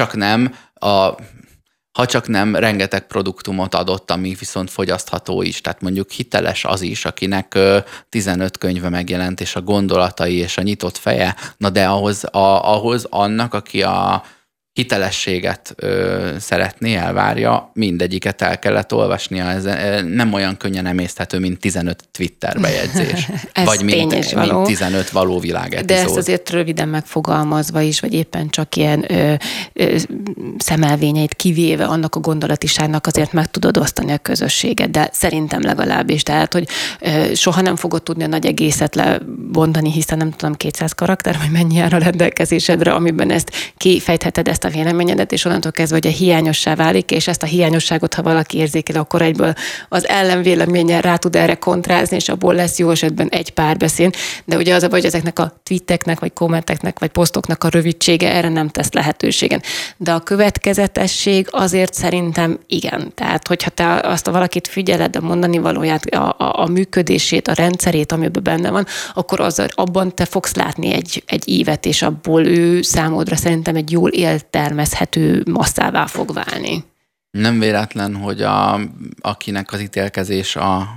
csak nem rengeteg produktumot adott, ami viszont fogyasztható is. Tehát mondjuk hiteles az is, akinek 15 könyve megjelent, és a gondolatai és a nyitott feje. Na de ahhoz annak, aki a hitelességet szeretné, elvárja, mindegyiket el kellett olvasnia. Ez nem olyan könnyen emészthető, mint 15 Twitter bejegyzés. Vagy mint 15 való világ epizód. De ezt azért röviden megfogalmazva is, vagy éppen csak ilyen szemelvényeit kivéve annak a gondolatiságnak azért meg tudod osztani a közösséget, de szerintem legalábbis. Tehát, hogy soha nem fogod tudni a nagy egészet lebontani, hiszen nem tudom, 200 karakter, vagy mennyi áll a rendelkezésedre, amiben ezt kifejtheted, ezt a véleményedet, és onnantól kezdve, hogy a hiányossá válik, és ezt a hiányosságot, ha valaki érzékel, akkor egyből az ellenvéleménye rá tud erre kontrázni, és abból lesz jó esetben egy párbeszéd. De ugye az a baj, hogy ezeknek a tweeteknek, vagy kommenteknek, vagy posztoknak a rövidsége erre nem tesz lehetőségen. De a következetesség azért szerintem igen. Tehát, hogyha te azt a valakit figyeled, a mondani valóját, a működését, a rendszerét, amiben benne van, akkor abban te fogsz látni egy ívet, és abból ő számodra szerintem egy jól termeszhető masszává fog válni. Nem véletlen, hogy akinek az ítélkezés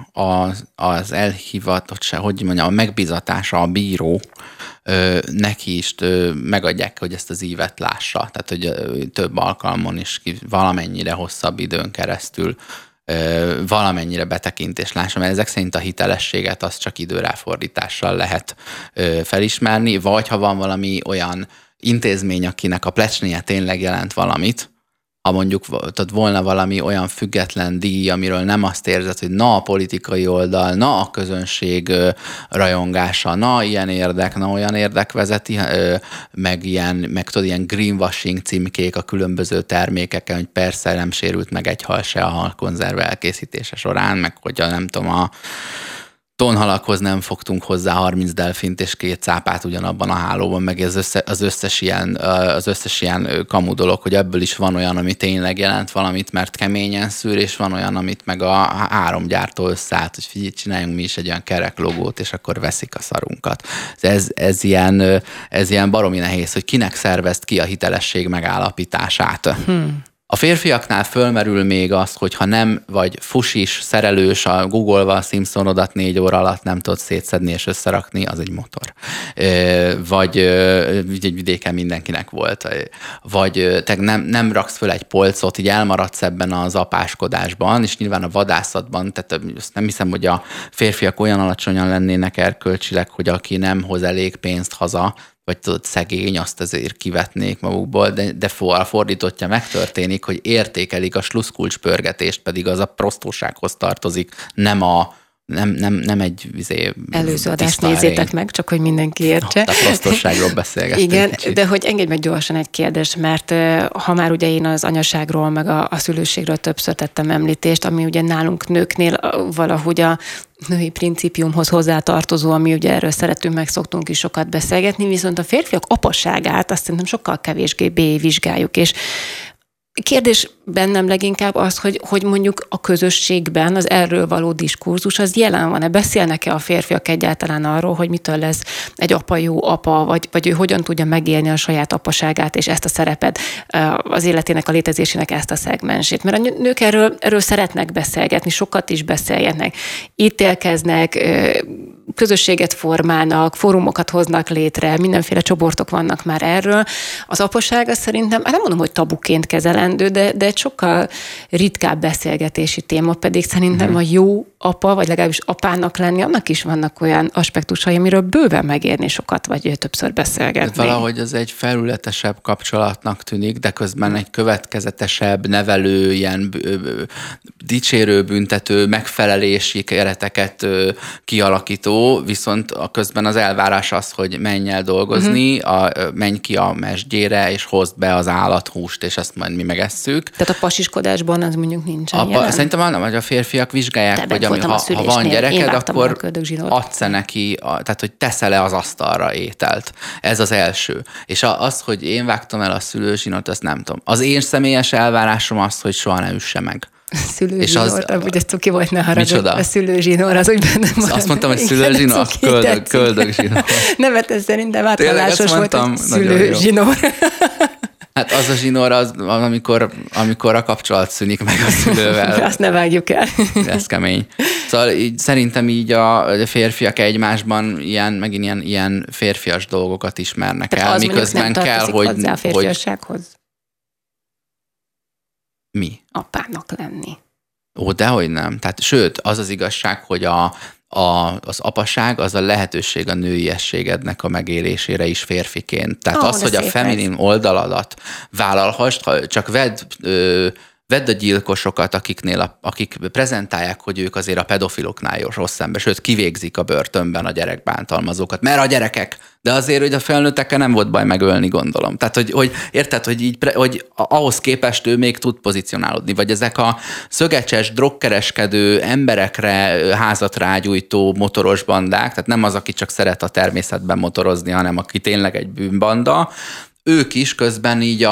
az elhivatottság, hogy mondjam, a megbízatása a bíró, neki is megadják, hogy ezt az ívet lássa. Tehát, hogy több alkalmon is valamennyire hosszabb időn keresztül valamennyire betekintés lássa, mert ezek szerint a hitelességet azt csak időráfordítással lehet felismerni, vagy ha van valami olyan intézmény, akinek a plecsnéje tényleg jelent valamit, ha mondjuk volna valami olyan független díj, amiről nem azt érzed, hogy na a politikai oldal, na a közönség rajongása, na ilyen érdek, na olyan érdek vezeti, meg ilyen greenwashing címkék a különböző termékeken, hogy persze nem sérült meg egy hal se a halkonzerve elkészítése során, meg hogy nem tudom, a tonhalakhoz nem fogtunk hozzá 30 delfint és 2 cápát ugyanabban a hálóban, meg az összes ilyen kamu dolog, hogy ebből is van olyan, ami tényleg jelent valamit, mert keményen szűr, és van olyan, amit meg a 3 gyártó összeállt, hogy figyelj, csináljunk mi is egy olyan kerek logót, és akkor veszik a szarunkat. Ez ilyen baromi nehéz, hogy kinek szervezt ki a hitelesség megállapítását. A férfiaknál fölmerül még az, hogy ha nem vagy fusis, szerelős, a Google-val a Simpsonodat 4 óra alatt nem tudod szétszedni és összerakni, az egy motor. Vagy egy vidéken mindenkinek volt. Vagy te nem raksz föl egy polcot, így elmaradsz ebben az apáskodásban, és nyilván a vadászatban, tehát nem hiszem, hogy a férfiak olyan alacsonyan lennének erkölcsileg, hogy aki nem hoz elég pénzt haza, vagy tudod, szegény, azt azért kivetnék magukból, de fordítottja megtörténik, hogy értékelik a sluszkulcs pörgetést, pedig az a prostósághoz tartozik, nem egy előző adást nézzétek meg, csak hogy mindenki értse. A prostosságról beszélgettünk. Igen, de hogy engedj meg gyorsan egy kérdést, mert ha már ugye én az anyaságról, meg a szülőségről többször tettem említést, ami ugye nálunk nőknél valahogy a női principiumhoz hozzátartozó, ami ugye erről szeretünk, meg szoktunk is sokat beszélgetni, viszont a férfiak apasságát azt szerintem sokkal kevésbé vizsgáljuk, és Kérdés bennem leginkább az, hogy mondjuk a közösségben az erről való diskurzus az jelen van-e? Beszélnek-e a férfiak egyáltalán arról, hogy mitől lesz egy apa jó apa, vagy ő hogyan tudja megélni a saját apaságát és ezt a szerepet, az életének, a létezésének ezt a szegmensét? Mert a nők erről szeretnek beszélgetni, sokat is beszélgetnek, ítélkeznek, közösséget formálnak, fórumokat hoznak létre, mindenféle csoportok vannak már erről. Az apaság az szerintem, nem mondom, hogy tabuként kezelendő, de egy sokkal ritkább beszélgetési téma, pedig szerintem a jó apa, vagy legalábbis apának lenni, annak is vannak olyan aspektusai, amiről bőven megérni sokat, vagy többször beszélgetni. Valahogy az egy felületesebb kapcsolatnak tűnik, de közben egy következetesebb, nevelő, ilyen dicsérő, büntető, megfelelési kereteket kialakító, viszont a közben az elvárás az, hogy menj el dolgozni, menj ki a mesdjére, és hozd be az állathúst, és azt majd mi megesszük. Tehát a pasiskodásban az mondjuk nincsen Szerintem hogy a férfiak vizsgálják, hogy ha van gyereked, akkor adsz neki, tehát hogy teszel-e az asztalra ételt. Ez az első. És az, hogy én vágtam el a szülőzsinót, azt nem tudom. Az én személyes elvárásom az, hogy soha ne üsse meg. Szülőzsinór, ugye cuki volt, ne haragudj, a szülőzsinór, az úgy benne van. Azt mondtam, hogy szülőzsinór, köldögzsinór. Nem, hát ez szerintem áthallásos volt, hogy szülőzsinór. Hát az a zsinór, amikor a kapcsolat szűnik meg a szülővel. Azt ne vágjuk el. Ez kemény. Szóval szerintem így a férfiak egymásban ilyen férfias dolgokat ismernek tehát el, miközben kell, hogy... hozzá a férfiassághoz. Mi? Apának lenni. Ó, dehogy nem. Tehát, sőt, az az igazság, hogy az apaság az a lehetőség a nőiességednek a megélésére is férfiként. Tehát az, hogy a feminin oldaladat vállalhass, csak vedd a gyilkosokat, akik prezentálják, hogy ők azért a pedofiloknál rossz ember, sőt, kivégzik a börtönben a gyerekbántalmazókat, mert a gyerekek, de azért, hogy a felnőttekkel nem volt baj megölni, gondolom. Tehát, hogy érted, hogy ahhoz képest ő még tud pozícionálódni, vagy ezek a szögecses, drogkereskedő, emberekre házat rágyújtó motoros bandák, tehát nem az, aki csak szeret a természetben motorozni, hanem aki tényleg egy bűnbanda, ők is közben így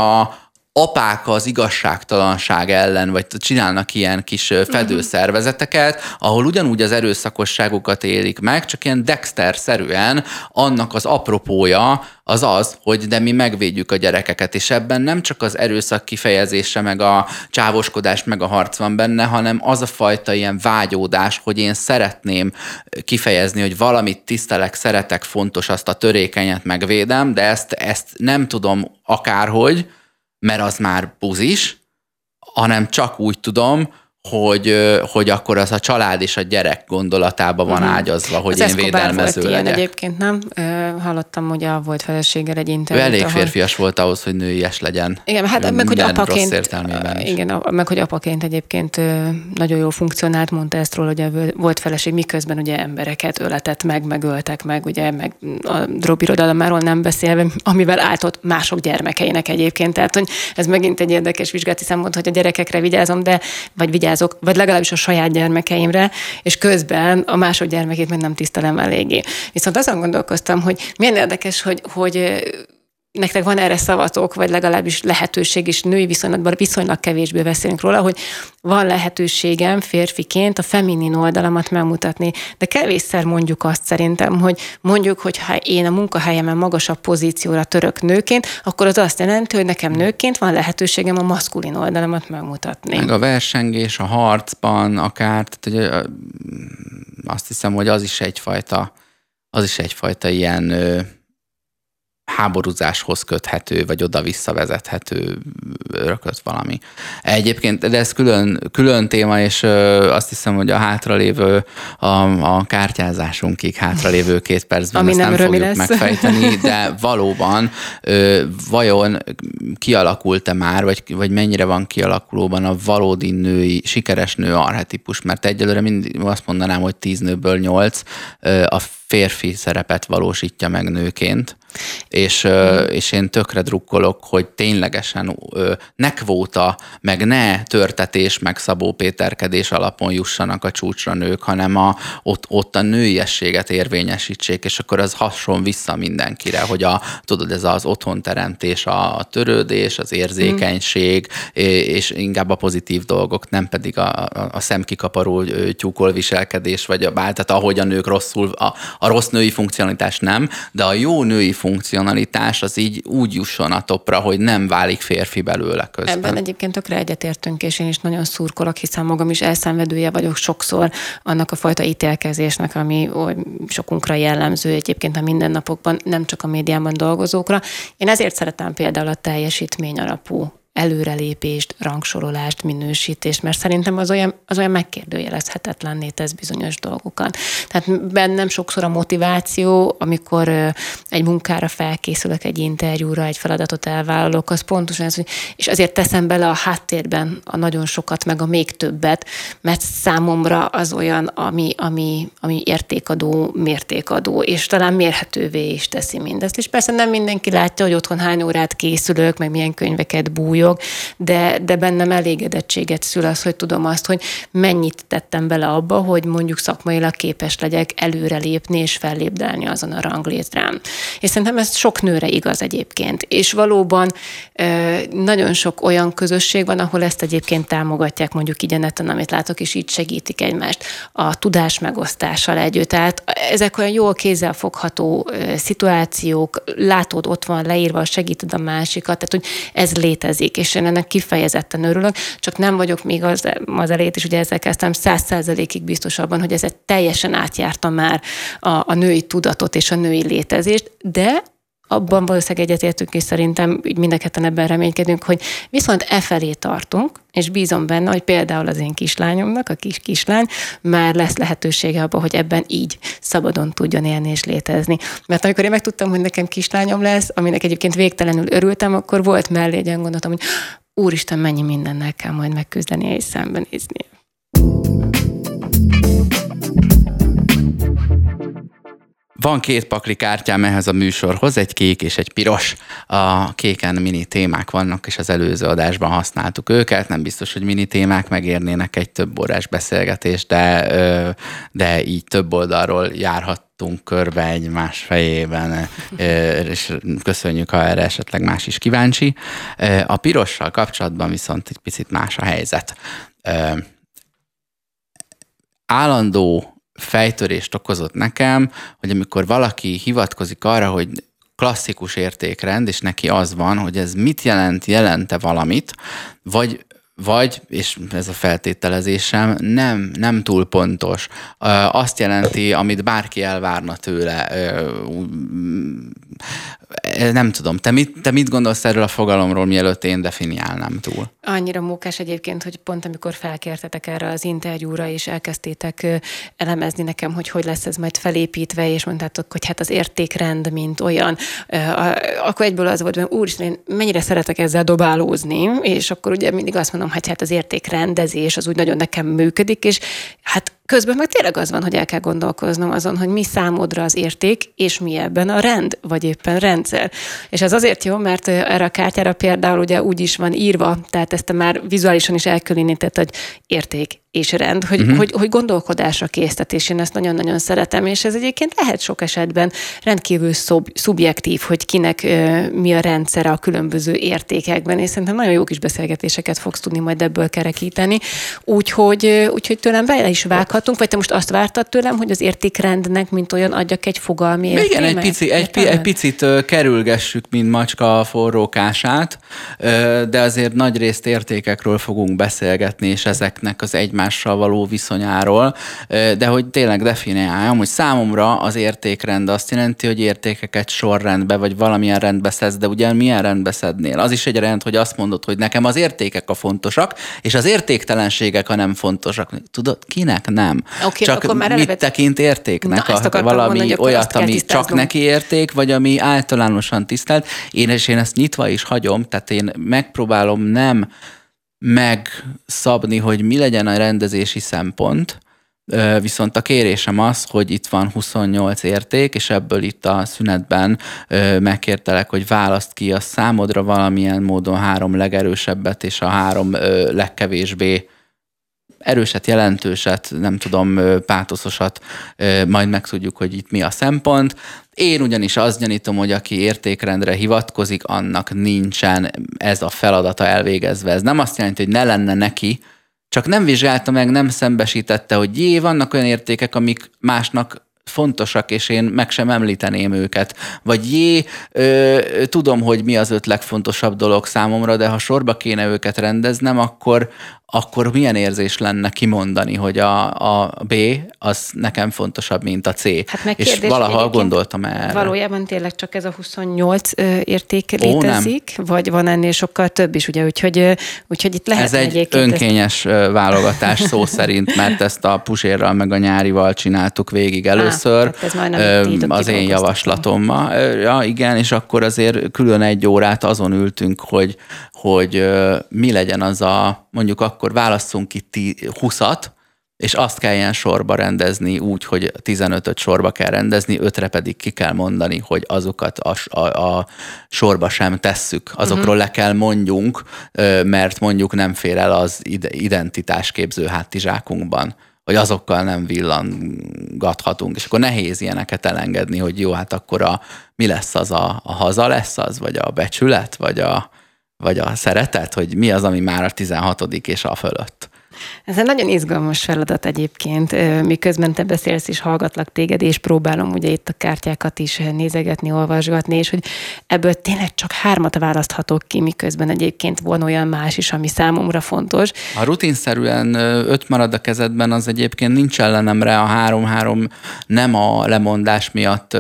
apák az igazságtalanság ellen, vagy csinálnak ilyen kis fedőszervezeteket, ahol ugyanúgy az erőszakosságukat élik meg, csak ilyen Dexter-szerűen annak az apropója az, hogy de mi megvédjük a gyerekeket, és ebben nem csak az erőszak kifejezése, meg a csávoskodás, meg a harc van benne, hanem az a fajta ilyen vágyódás, hogy én szeretném kifejezni, hogy valamit tisztelek, szeretek, fontos, azt a törékenyet megvédem, de ezt nem tudom akárhogy, mert az már buzis, hanem csak úgy tudom, hogy akkor az a család és a gyerek gondolatában van ágyazva, hogy én védelmező legyek. Ilyen egyébként, nem? Hallottam, hogy volt feleséggel egy interjút. Ő elég férfias volt ahhoz, hogy nőies legyen. Igen, hát meg hogy apaként, igen, meg hogy apaként egyébként nagyon jól funkcionált, mondta ezt róla, hogy volt feleség, miközben ugye embereket öletett meg, megöltek meg, ugye, meg a drogirodalommáról nem beszélve, amivel áltott mások gyermekeinek egyébként. Tehát, hogy ez megint egy érdekes vizsgálati szempont, hogy a gyerekekre vigyázom, vagy legalábbis a saját gyermekeimre, és közben a mások gyermekét meg nem tisztelem eléggé. Viszont azon gondolkoztam, hogy milyen érdekes, hogy nektek van erre szavatok, vagy legalábbis lehetőség is, női viszonylatban viszonylag kevésbé beszélünk róla, hogy van lehetőségem férfiként a feminin oldalamat megmutatni, de kevésszer mondjuk azt szerintem, hogy ha én a munkahelyemen magasabb pozícióra török nőként, akkor az azt jelenti, hogy nekem nőként van lehetőségem a maszkulin oldalamat megmutatni. Meg a versengés, a harcban akár, tehát, azt hiszem, hogy az is egyfajta ilyen háborúzáshoz köthető, vagy oda visszavezethető örököt valami. Egyébként, de ez külön téma, és azt hiszem, hogy a hátralévő, a kártyázásunkig hátralévő 2 percben ezt nem fogjuk megfejteni, de valóban vajon kialakult-e már, vagy mennyire van kialakulóban a valódi női, sikeres nő archetípus, mert egyelőre mindig azt mondanám, hogy 10 nőből 8 a férfi szerepet valósítja meg nőként. és én tökre drukkolok, hogy ténylegesen ne kvóta, meg ne törtetés, meg Szabó Péterkedés alapon jussanak a csúcsra nők, hanem ott a nőiességet érvényesítsék, és akkor az hasonl vissza mindenkire, hogy tudod, ez az otthonteremtés, a törődés, az érzékenység, és inkább a pozitív dolgok, nem pedig a szemkikaparó tyúkol viselkedés, vagy tehát ahogy a nők rosszul, a rossz női funkcionalitás nem, de a jó női funkcionalitás az így úgy jusson a topra, hogy nem válik férfi belőle közben. Ebben egyébként tökre egyetértünk, és én is nagyon szurkolok, hiszen magam is elszenvedője vagyok sokszor annak a fajta ítélkezésnek, ami sokunkra jellemző egyébként a mindennapokban, nem csak a médiában dolgozókra. Én ezért szeretem például a teljesítmény alapú előrelépést, rangsorolást, minősítést, mert szerintem az olyan megkérdőjelezhetetlenné tesz bizonyos dolgokat. Tehát bennem sokszor a motiváció, amikor egy munkára felkészülök, egy interjúra, egy feladatot elvállalok, az pontosan ez, és azért teszem bele a háttérben a nagyon sokat, meg a még többet, mert számomra az olyan, ami értékadó, mértékadó, és talán mérhetővé is teszi mindezt. És persze nem mindenki látja, hogy otthon hány órát készülök, meg milyen könyveket bújok, de bennem elégedettséget szül az, hogy tudom azt, hogy mennyit tettem bele abba, hogy mondjuk szakmailag képes legyek előrelépni és fellépdelni azon a ranglétrán. És szerintem ez sok nőre igaz egyébként. És valóban nagyon sok olyan közösség van, ahol ezt egyébként támogatják, mondjuk így a neten, amit látok, és így segítik egymást a tudás megosztással együtt. Tehát ezek olyan jól kézzelfogható szituációk, látod, ott van leírva, segíted a másikat, tehát hogy ez létezik, és én ennek kifejezetten örülök, csak nem vagyok még az elejét, és ugye ezzel kezdtem 100%-ig biztos abban, hogy ez teljesen átjárta már a női tudatot és a női létezést, de abban valószínűleg egyetértünk, és szerintem mind a ketten ebben reménykedünk, hogy viszont felé tartunk, és bízom benne, hogy például az én kislányomnak, a kislány már lesz lehetősége abban, hogy ebben így szabadon tudjon élni és létezni. Mert amikor én megtudtam, hogy nekem kislányom lesz, aminek egyébként végtelenül örültem, akkor volt mellé egy olyan gondolatom, hogy úristen, mennyi mindennel kell majd megküzdenie és szembenéznie. Van 2 pakli kártyám ehhez a műsorhoz, egy kék és egy piros. A kéken mini témák vannak, és az előző adásban használtuk őket. Nem biztos, hogy mini témák megérnének egy több órás beszélgetést, de így több oldalról járhattunk körbe egymás fejében, és köszönjük, ha erre esetleg más is kíváncsi. A pirossal kapcsolatban viszont egy picit más a helyzet. Állandó fejtörést okozott nekem, hogy amikor valaki hivatkozik arra, hogy klasszikus értékrend, és neki az van, hogy ez mit jelent, jelente valamit, vagy, és ez a feltételezésem, nem túl pontos. Azt jelenti, amit bárki elvárna tőle. Nem tudom, te mit gondolsz erről a fogalomról, mielőtt én definiálnám túl? Annyira mókás egyébként, hogy pont amikor felkértetek erre az interjúra, és elkezdtétek elemezni nekem, hogy lesz ez majd felépítve, és mondtátok, hogy hát az értékrend, mint olyan, akkor egyből az volt, hogy úristen, én mennyire szeretek ezzel dobálózni, és akkor ugye mindig azt mondom, hogy hát az értékrendezés az úgy nagyon nekem működik, és hát közben meg tényleg az van, hogy el kell gondolkoznom azon, hogy mi számodra az érték, és mi ebben a rend, vagy éppen rendszer. És ez azért jó, mert erre a kártyára például ugye úgy is van írva, tehát ezt már vizuálisan is elkülönített, hogy érték és rend, hogy gondolkodásra késztetés, én ezt nagyon-nagyon szeretem, és ez egyébként lehet sok esetben rendkívül szubjektív, hogy kinek mi a rendszere a különböző értékekben, és szerintem nagyon jó kis beszélgetéseket fogsz tudni majd ebből kerekíteni, úgyhogy tőlem bele is vághatunk, vagy te most azt vártad tőlem, hogy az értékrendnek, mint olyan adjak egy fogalmi értéket? Igen, egy picit kerülgessük, mint macska a forrókását, de azért nagyrészt értékekről fogunk beszélgetni, és ezeknek az egymással való viszonyáról, de hogy tényleg definiáljam, hogy számomra az értékrend azt jelenti, hogy értékeket sorrendbe, vagy valamilyen rendbe szedsz, de ugye milyen rendbe szednél? Az is egy rend, hogy azt mondod, hogy nekem az értékek a fontosak, és az értéktelenségek a nem fontosak. Tudod, kinek nem? Okay, csak mit tekint értéknek? Valami mondani, olyat, ami csak neki érték, vagy ami általánosan tisztelt. Én ezt nyitva is hagyom, tehát én megpróbálom nem megszabni, hogy mi legyen a rendezési szempont, Viszont a kérésem az, hogy itt van 28 érték, és ebből itt a szünetben megkértelek, hogy választ ki a számodra valamilyen módon 3 legerősebbet, és a 3 legkevésbé erőset, jelentőset, nem tudom, pátoszosat, majd megtudjuk, hogy itt mi a szempont. Én ugyanis azt gyanítom, hogy aki értékrendre hivatkozik, annak nincsen ez a feladata elvégezve. Ez nem azt jelenti, hogy ne lenne neki, csak nem vizsgálta meg, nem szembesítette, hogy vannak olyan értékek, amik másnak fontosak, és én meg sem említeném őket. Vagy tudom, hogy mi az 5 legfontosabb dolog számomra, de ha sorba kéne őket rendeznem, akkor milyen érzés lenne kimondani, hogy a B az nekem fontosabb, mint a C. Hát és valaha gondoltam erre. Valójában tényleg csak ez a 28 érték létezik, vagy van ennél sokkal több is, ugye? Úgyhogy itt lehet ez egy önkényes válogatás szó szerint, mert ezt a Puzsérral meg a Nyárival csináltuk végig először. Az én javaslatommal. Ja, igen, és akkor azért külön 1 órát azon ültünk, hogy mi legyen az mondjuk akkor válasszunk ki 20-at, és azt kelljen sorba rendezni úgy, hogy 15-öt sorba kell rendezni, 5-re pedig ki kell mondani, hogy azokat a sorba sem tesszük. Azokról le kell mondjunk, mert mondjuk nem fér el az identitásképző hátizsákunkban, hogy azokkal nem villangathatunk. És akkor nehéz ilyeneket elengedni, hogy jó, hát akkor mi lesz az, a haza lesz az, vagy a becsület, vagy a szeretet, hogy mi az, ami már a 16. és a fölött. Ez egy nagyon izgalmas feladat egyébként, miközben te beszélsz és hallgatlak téged, és próbálom ugye itt a kártyákat is nézegetni, olvasgatni, és hogy ebből tényleg csak 3 választhatok ki, miközben egyébként van olyan más is, ami számomra fontos. Ha rutinszerűen 5 marad a kezedben, az egyébként nincs ellenemre, a 3-3 nem a lemondás miatt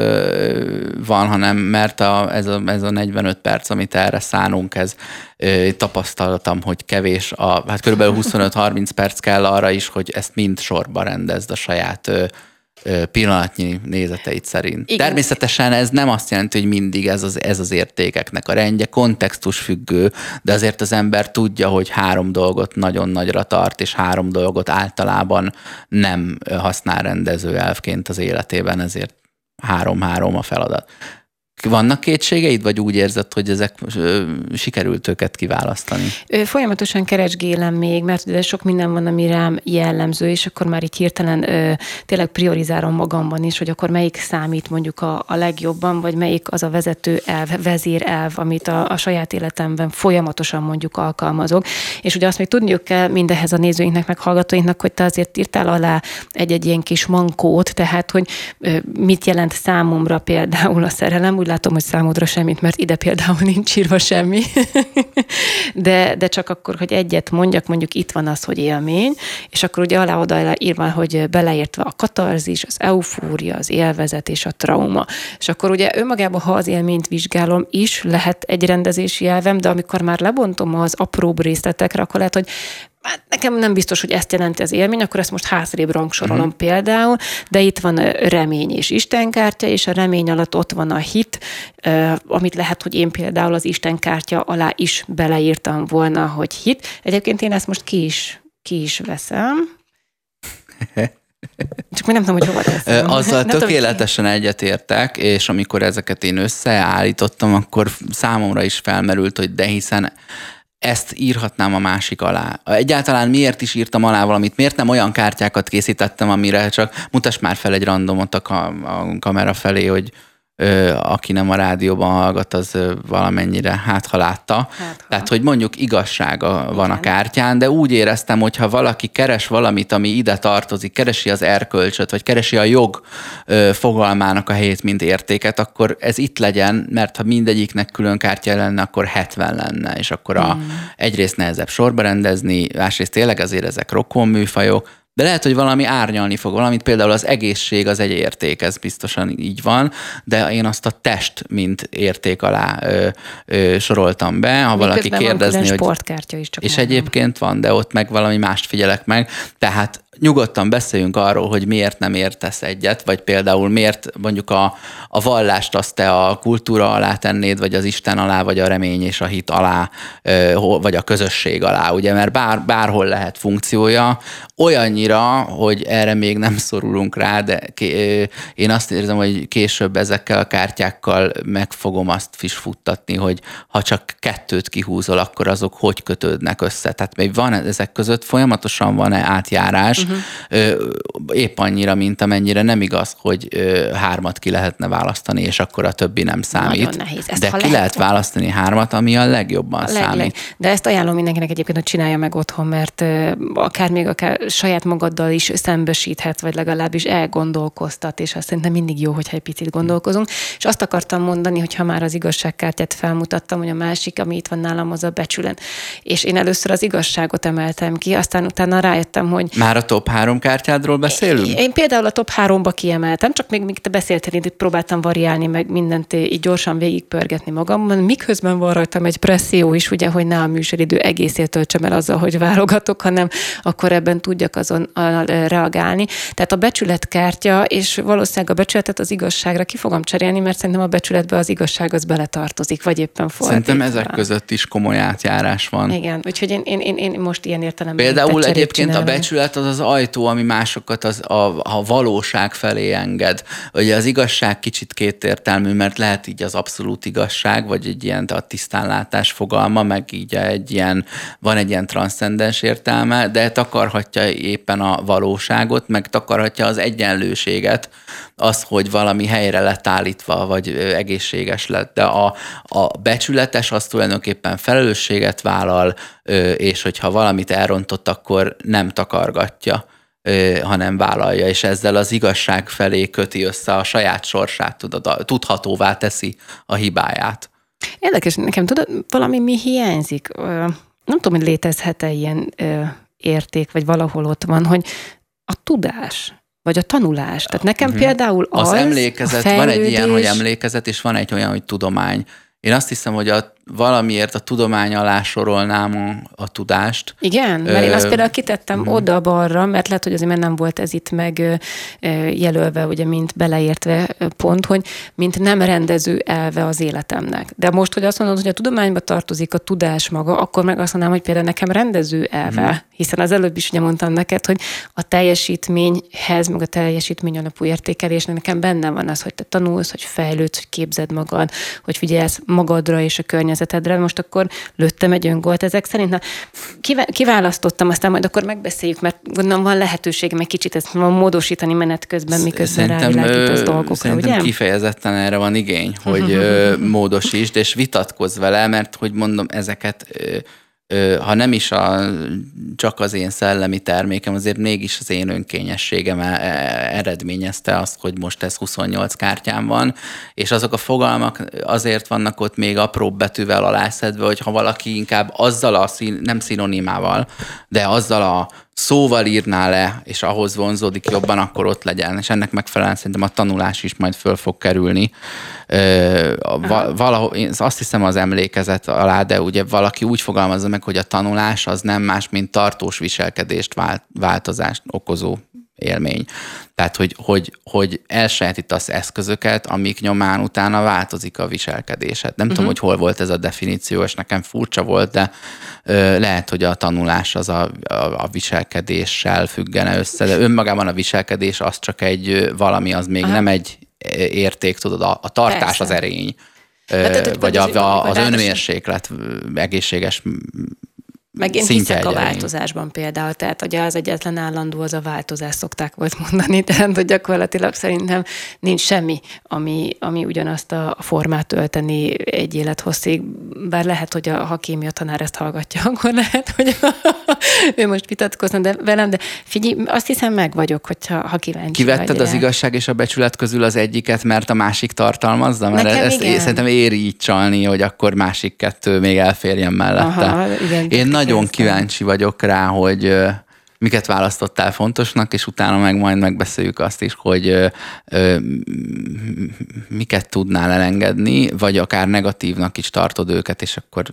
van, hanem mert ez a 45 perc, amit erre szánunk, ez tapasztaltam, hogy kevés, hát körülbelül 25-30 perc kell arra is, hogy ezt mind sorba rendezd a saját pillanatnyi nézeteid szerint. Igen. Természetesen ez nem azt jelenti, hogy mindig ez az értékeknek a rendje, kontextus függő, de azért az ember tudja, hogy 3 dolgot nagyon nagyra tart, és 3 dolgot általában nem használ rendező elvként az életében, ezért 3-3 a feladat. Vannak kétségeid, vagy úgy érzed, hogy ezek sikerült őket kiválasztani? Folyamatosan keresgélem még, mert ugye sok minden van, ami rám jellemző, és akkor már így hirtelen tényleg priorizálom magamban is, hogy akkor melyik számít mondjuk a legjobban, vagy melyik az a vezető elv, vezérelv, amit a saját életemben folyamatosan mondjuk alkalmazok. És ugye azt még tudniuk kell mindehhez a nézőinknek, meg hallgatóinknak, hogy te azért írtál alá egy ilyen kis mankót, tehát hogy mit jelent számomra például a szerelem. Úgy látom, hogy számodra semmit, mert ide például nincs írva semmi. de csak akkor, hogy egyet mondjuk itt van az, hogy élmény, és akkor ugye alá-oda írva, hogy beleértve a katarzis, az eufória, az élvezet és a trauma. És akkor ugye önmagában, ha az élményt vizsgálom is, lehet egy rendezési elvem, de amikor már lebontom az apróbb részletekre, akkor lehet, hogy nekem nem biztos, hogy ezt jelenti az élmény, akkor ezt most hátrébb rangsorolom például, de itt van a remény és istenkártya, és a remény alatt ott van a hit, amit lehet, hogy én például az istenkártya alá is beleírtam volna, hogy hit. Egyébként én ezt most ki is veszem. Csak még nem tudom, hogy hova teszem. Azzal tökéletesen egyetértek, és amikor ezeket én összeállítottam, akkor számomra is felmerült, hogy de hiszen ezt írhatnám a másik alá. Egyáltalán miért is írtam alá valamit? Miért nem olyan kártyákat készítettem, amire csak mutass már fel egy randomot a kamera felé, hogy aki nem a rádióban hallgat, az valamennyire ha látta. Tehát, hogy mondjuk igazsága van a kártyán, de úgy éreztem, hogy ha valaki keres valamit, ami ide tartozik, keresi az erkölcsöt, vagy keresi a jog fogalmának a helyét, mint értéket, akkor ez itt legyen, mert ha mindegyiknek külön kártya lenne, akkor 70 lenne, és akkor egyrészt nehezebb sorba rendezni, másrészt tényleg azért ezek rokon műfajok, de lehet, hogy valami árnyalni fog, valamit például az egészség az egy érték, ez biztosan így van, de én azt a test, mint érték alá soroltam be, ha valaki kérdezni, hogy... sportkártya is csak és mondom. Egyébként van, de ott meg valami mást figyelek meg, tehát nyugodtan beszéljünk arról, hogy miért nem értesz egyet, vagy például miért mondjuk a vallást azt te a kultúra alá tennéd, vagy az Isten alá, vagy a remény és a hit alá, vagy a közösség alá, ugye, mert bárhol lehet funkciója, olyannyira, hogy erre még nem szorulunk rá, de én azt érzem, hogy később ezekkel a kártyákkal meg fogom azt is futtatni, hogy ha csak 2 kihúzol, akkor azok hogy kötődnek össze. Tehát még van ezek között folyamatosan van-e átjárás, épp annyira, mint amennyire nem igaz, hogy 3 ki lehetne választani, és akkor a többi nem számít. Nagyon nehéz. De ki lehet választani 3, ami a legjobban számít. De ezt ajánlom mindenkinek egyébként, hogy csinálja meg otthon, mert akár saját magaddal is szembesíthetsz, vagy legalábbis elgondolkoztat, és azt szerintem mindig jó, hogyha egy picit gondolkozunk. És azt akartam mondani, hogy ha már az igazságkártyát felmutattam, hogy a másik, ami itt van nálam, az a becsület. És én először az igazságot emeltem ki, aztán utána rájöttem, hogy... Már a top 3 kártyádról beszélünk? Én például a top 3-ba kiemeltem, csak még te beszéltél, itt próbáltam variálni, meg mindent így gyorsan végigpörgetni magamban, miközben van rajtam egy presszió is, ugye, hogy ne a műsoridő egészét töltsem el azzal, hogy válogatok, hanem akkor ebben tudjak azon reagálni. Tehát a becsületkártya, és valószínűleg a becsületet az igazságra ki fogom cserélni, mert szerintem a becsületbe az igazság az beletartozik, vagy éppen fordítva. Szerintem ezek között is komoly átjárás van. Igen, úgyhogy én most ilyen értelemben például egyébként a becsület az ajtó, ami másokat a valóság felé enged. Ugye az igazság kicsit kétértelmű, mert lehet így az abszolút igazság, vagy egy ilyen a tisztánlátás fogalma, meg így van egy ilyen transzcendens értelme, de takarhatja éppen a valóságot, meg takarhatja az egyenlőséget, az, hogy valami helyre lett állítva, vagy egészséges lett. De a becsületes az tulajdonképpen felelősséget vállal, és hogyha valamit elrontott, akkor nem takargatja, hanem vállalja, és ezzel az igazság felé köti össze a saját sorsát, tudhatóvá teszi a hibáját. Érdekes, nekem tudod, valami mi hiányzik. Nem tudom, hogy létezhet-e ilyen érték, vagy valahol ott van, hogy a tudás, vagy a tanulás. Tehát nekem például az emlékezet, van egy ilyen, hogy emlékezet, és van egy olyan, hogy tudomány. Én azt hiszem, hogy valamiért a tudomány alá sorolnám a tudást. Igen, mert én azt például kitettem oda-balra, mert lehet, hogy azért mert nem volt ez itt meg jelölve, ugye, mint beleértve pont, hogy mint nem rendező elve az életemnek. De most, hogy azt mondod, hogy a tudományba tartozik a tudás maga, akkor meg azt mondanám, hogy például nekem rendező elve, hiszen az előbb is ugye mondtam neked, hogy a teljesítményhez, meg a teljesítmény alapú értékelésnek nekem benne van az, hogy te tanulsz, hogy fejlődsz, hogy képzed magad, hogy figyelsz magadra és a környezetedre. Most akkor lőttem egy öngolt ezek szerint. Na, kiválasztottam, aztán majd akkor megbeszéljük, mert gondolom van lehetőségem egy kicsit ezt módosítani menet közben, miközben rávilágítasz dolgokra, szerintem ugye? Kifejezetten erre van igény, hogy módosítsd, és vitatkozz vele, mert hogy mondom, ezeket ha nem is csak az én szellemi termékem, azért mégis az én önkényességem eredményezte azt, hogy most ez 28 kártyám van, és azok a fogalmak azért vannak ott még apróbb betűvel alászedve, hogy ha valaki inkább azzal nem szinonimával, de azzal a szóval írná le, és ahhoz vonzódik jobban, akkor ott legyen. És ennek megfelelően szerintem a tanulás is majd föl fog kerülni. Valahol, én azt hiszem az emlékezet alá, de ugye valaki úgy fogalmazza meg, hogy a tanulás az nem más, mint tartós viselkedést, változást okozó élmény. Tehát, hogy elsajátítasz eszközöket, amik nyomán utána változik a viselkedésed. Nem tudom, hogy hol volt ez a definíció, és nekem furcsa volt, de lehet, hogy a tanulás az a viselkedéssel függene össze, de önmagában a viselkedés az csak egy valami, az még nem egy érték, tudod, a tartás persze. Az erény, vagy az önmérséklet egészséges meg én hiszek a változásban például, tehát ugye az egyetlen állandó az a változás, szokták volt mondani, tehát hogy gyakorlatilag szerintem nincs semmi, ami ugyanazt a formát ölteni egy élethosszig, bár lehet, hogy ha a kémia tanár ezt hallgatja, akkor lehet, hogy ő most vitatkozna velem, de figyelj, azt hiszem meg vagyok, ha kíváncsi Kivetted vagy az igazság és a becsület közül az egyiket, mert a másik tartalmazza? Mert ezt szerintem éri így csalni, hogy akkor másik 2 még elférjen mellette. Aha, igen, én nagyon kíváncsi vagyok rá, hogy miket választottál fontosnak, és utána meg majd megbeszéljük azt is, hogy miket tudnál elengedni, vagy akár negatívnak is tartod őket, és akkor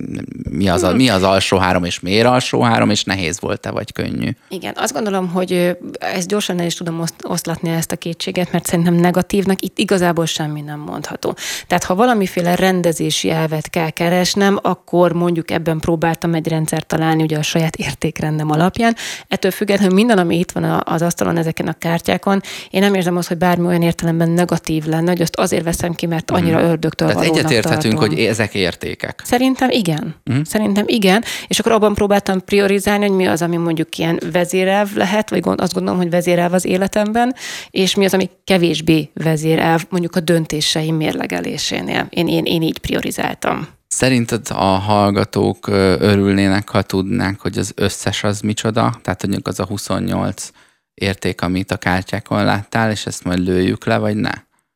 mi az alsó 3, és miért alsó 3, és nehéz volt-e, vagy könnyű? Igen, azt gondolom, hogy ezt gyorsan el is tudom oszlatni ezt a kétséget, mert szerintem negatívnak itt igazából semmi nem mondható. Tehát ha valamiféle rendezési elvet kell keresnem, akkor mondjuk ebben próbáltam egy rendszert találni, ugye a saját értékrendem alapján. Ettől függetlenül minden, ami itt van az asztalon ezeken a kártyákon, én nem érzem azt, hogy bármi olyan értelemben negatív lenne, hogy azt azért veszem ki, mert annyira ördögtől valónak tartom. Tehát egyetérthetünk, hogy ezek értékek. Szerintem igen. Szerintem igen. És akkor abban próbáltam priorizálni, hogy mi az, ami mondjuk ilyen vezérelv lehet, vagy azt gondolom, hogy vezérelv az életemben, és mi az, ami kevésbé vezérelv, mondjuk a döntéseim mérlegelésénél. Én így priorizáltam. Szerinted a hallgatók örülnének, ha tudnánk, hogy az összes az micsoda? Tehát mondjuk az a 28 érték, amit a kártyákon láttál, és ezt majd lőjük le, vagy ne?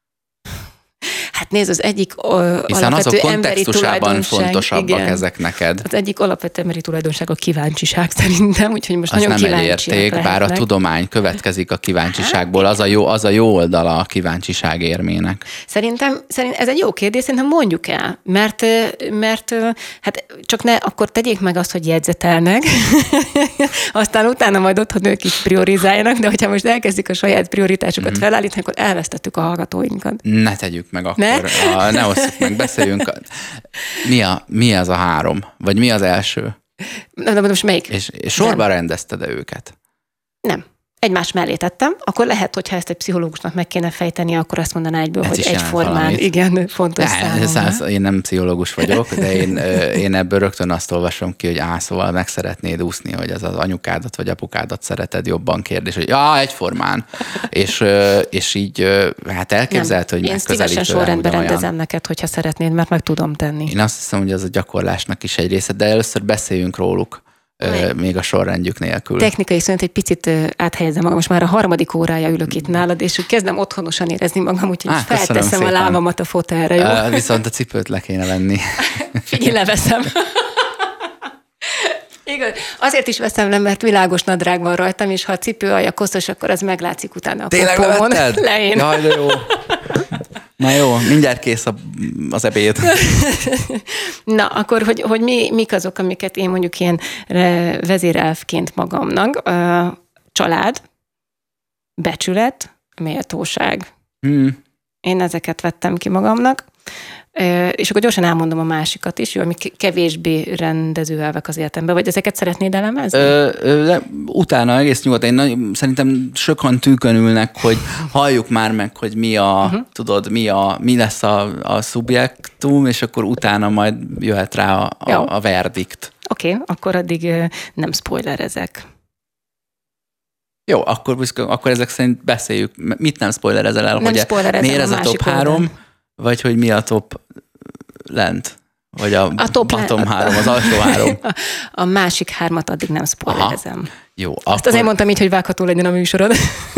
Hát nézd, az egyik hiszen alapvető azok emberi kontextusában fontosabbak, igen, ezek neked. Az egyik alapvető emberi tulajdonság a kíváncsiság szerintem, úgyhogy most az nagyon nem egy kíváncsiak érték, bár a tudomány következik a kíváncsiságból. Az a jó oldala a kíváncsiság érmének. Szerintem ez egy jó kérdés, szerintem mondjuk el, mert hát csak ne, akkor tegyék meg azt, hogy jegyzetelnek, aztán utána majd otthon ők is priorizáljanak, de hogyha most elkezdik a saját prioritásokat felállítani, akkor elvesztettük a hallgatóinkat. Ne tegyük meg akkor. Ne osszuk meg, beszéljünk. Mi az a 3? Vagy mi az első? De most melyik? És sorban rendezted-e őket? Nem. Egymás mellé tettem, akkor lehet, hogyha ezt egy pszichológusnak meg kéne fejteni, akkor azt mondaná egyből, hogy egyformán, igen, fontos számomra. Én nem pszichológus vagyok, de én ebből rögtön azt olvasom ki, hogy szóval meg szeretnéd úszni, hogy az anyukádat vagy apukádat szereted jobban kérdés, hogy egyformán. És így hát elképzelhető, hogy megközelítően én szívesen sorrendben rendezem neked, hogyha szeretnéd, mert meg tudom tenni. Én azt hiszem, hogy ez a gyakorlásnak is egy része, de először beszéljünk róluk. Még a sorrendjük nélkül. Technikai szerint egy picit áthelyezem magam, most már a 3. órája ülök itt nálad, és úgy kezdem otthonosan érezni magam, úgyhogy felteszem a lábamat a fotelre, jó? Viszont a cipőt le kéne venni. Figyelj, leveszem. Igen, azért is veszem le, mert világos nadrág van rajtam, és ha a cipő alja koszos, akkor az meglátszik utána a popomon. Tényleg levetted? Lején. Jaj, de jó. Na jó, mindjárt kész az ebéd. Na, akkor, hogy mik azok, amiket én mondjuk ilyen vezérelvként magamnak. Család, becsület, méltóság. Én ezeket vettem ki magamnak. És akkor gyorsan elmondom a másikat is, jó, ami kevésbé rendező elvek az életemben, vagy ezeket szeretnéd elemezni? Utána egész nyugodtan. Én szerintem sokan tűkön ülnek, hogy halljuk már meg, hogy mi lesz a szubjektum, és akkor utána majd jöhet rá a verdikt. Oké, akkor addig nem spoilerezek. Jó, akkor ezek szerint beszéljük. Mit nem spoilerezel el? Nem hogy miért ez a top 3? Vagy hogy mi a top lent? Vagy a bottom 3, az alsó 3? A másik 3-at addig nem spoilerezem. Aha. Jó. Ezt azért mondtam így, hogy vágható legyen a műsorod.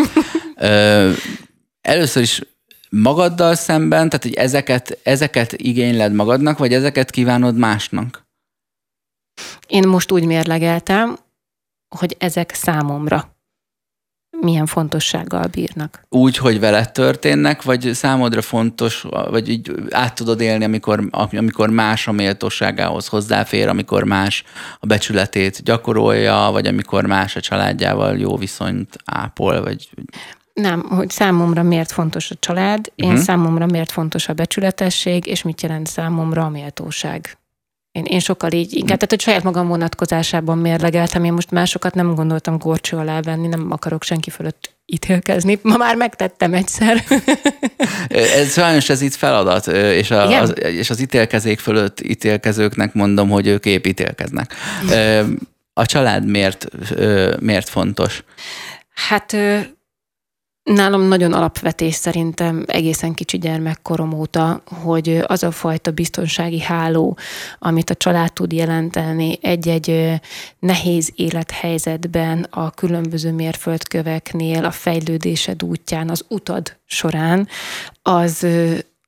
Először is magaddal szemben, tehát hogy ezeket igényled magadnak, vagy ezeket kívánod másnak? Én most úgy mérlegeltem, hogy ezek számomra milyen fontossággal bírnak. Úgy, hogy veled történnek, vagy számodra fontos, vagy így át tudod élni, amikor más a méltóságához hozzáfér, amikor más a becsületét gyakorolja, vagy amikor más a családjával jó viszonyt ápol, vagy... Nem, hogy számomra miért fontos a család, én számomra miért fontos a becsületesség, és mit jelent számomra a méltóság. Én sokkal így inkább, tehát hogy saját magam vonatkozásában mérlegeltem, én most másokat nem gondoltam górcső alá venni, nem akarok senki fölött ítélkezni. Ma már megtettem egyszer. Sajnos ez itt feladat, és az ítélkezék fölött ítélkezőknek mondom, hogy ők épp ítélkeznek. A család miért fontos? Hát... Nálam nagyon alapvetés szerintem egészen kicsi gyermekkorom óta, hogy az a fajta biztonsági háló, amit a család tud jelenteni egy-egy nehéz élethelyzetben, a különböző mérföldköveknél, a fejlődésed útján, az utad során, az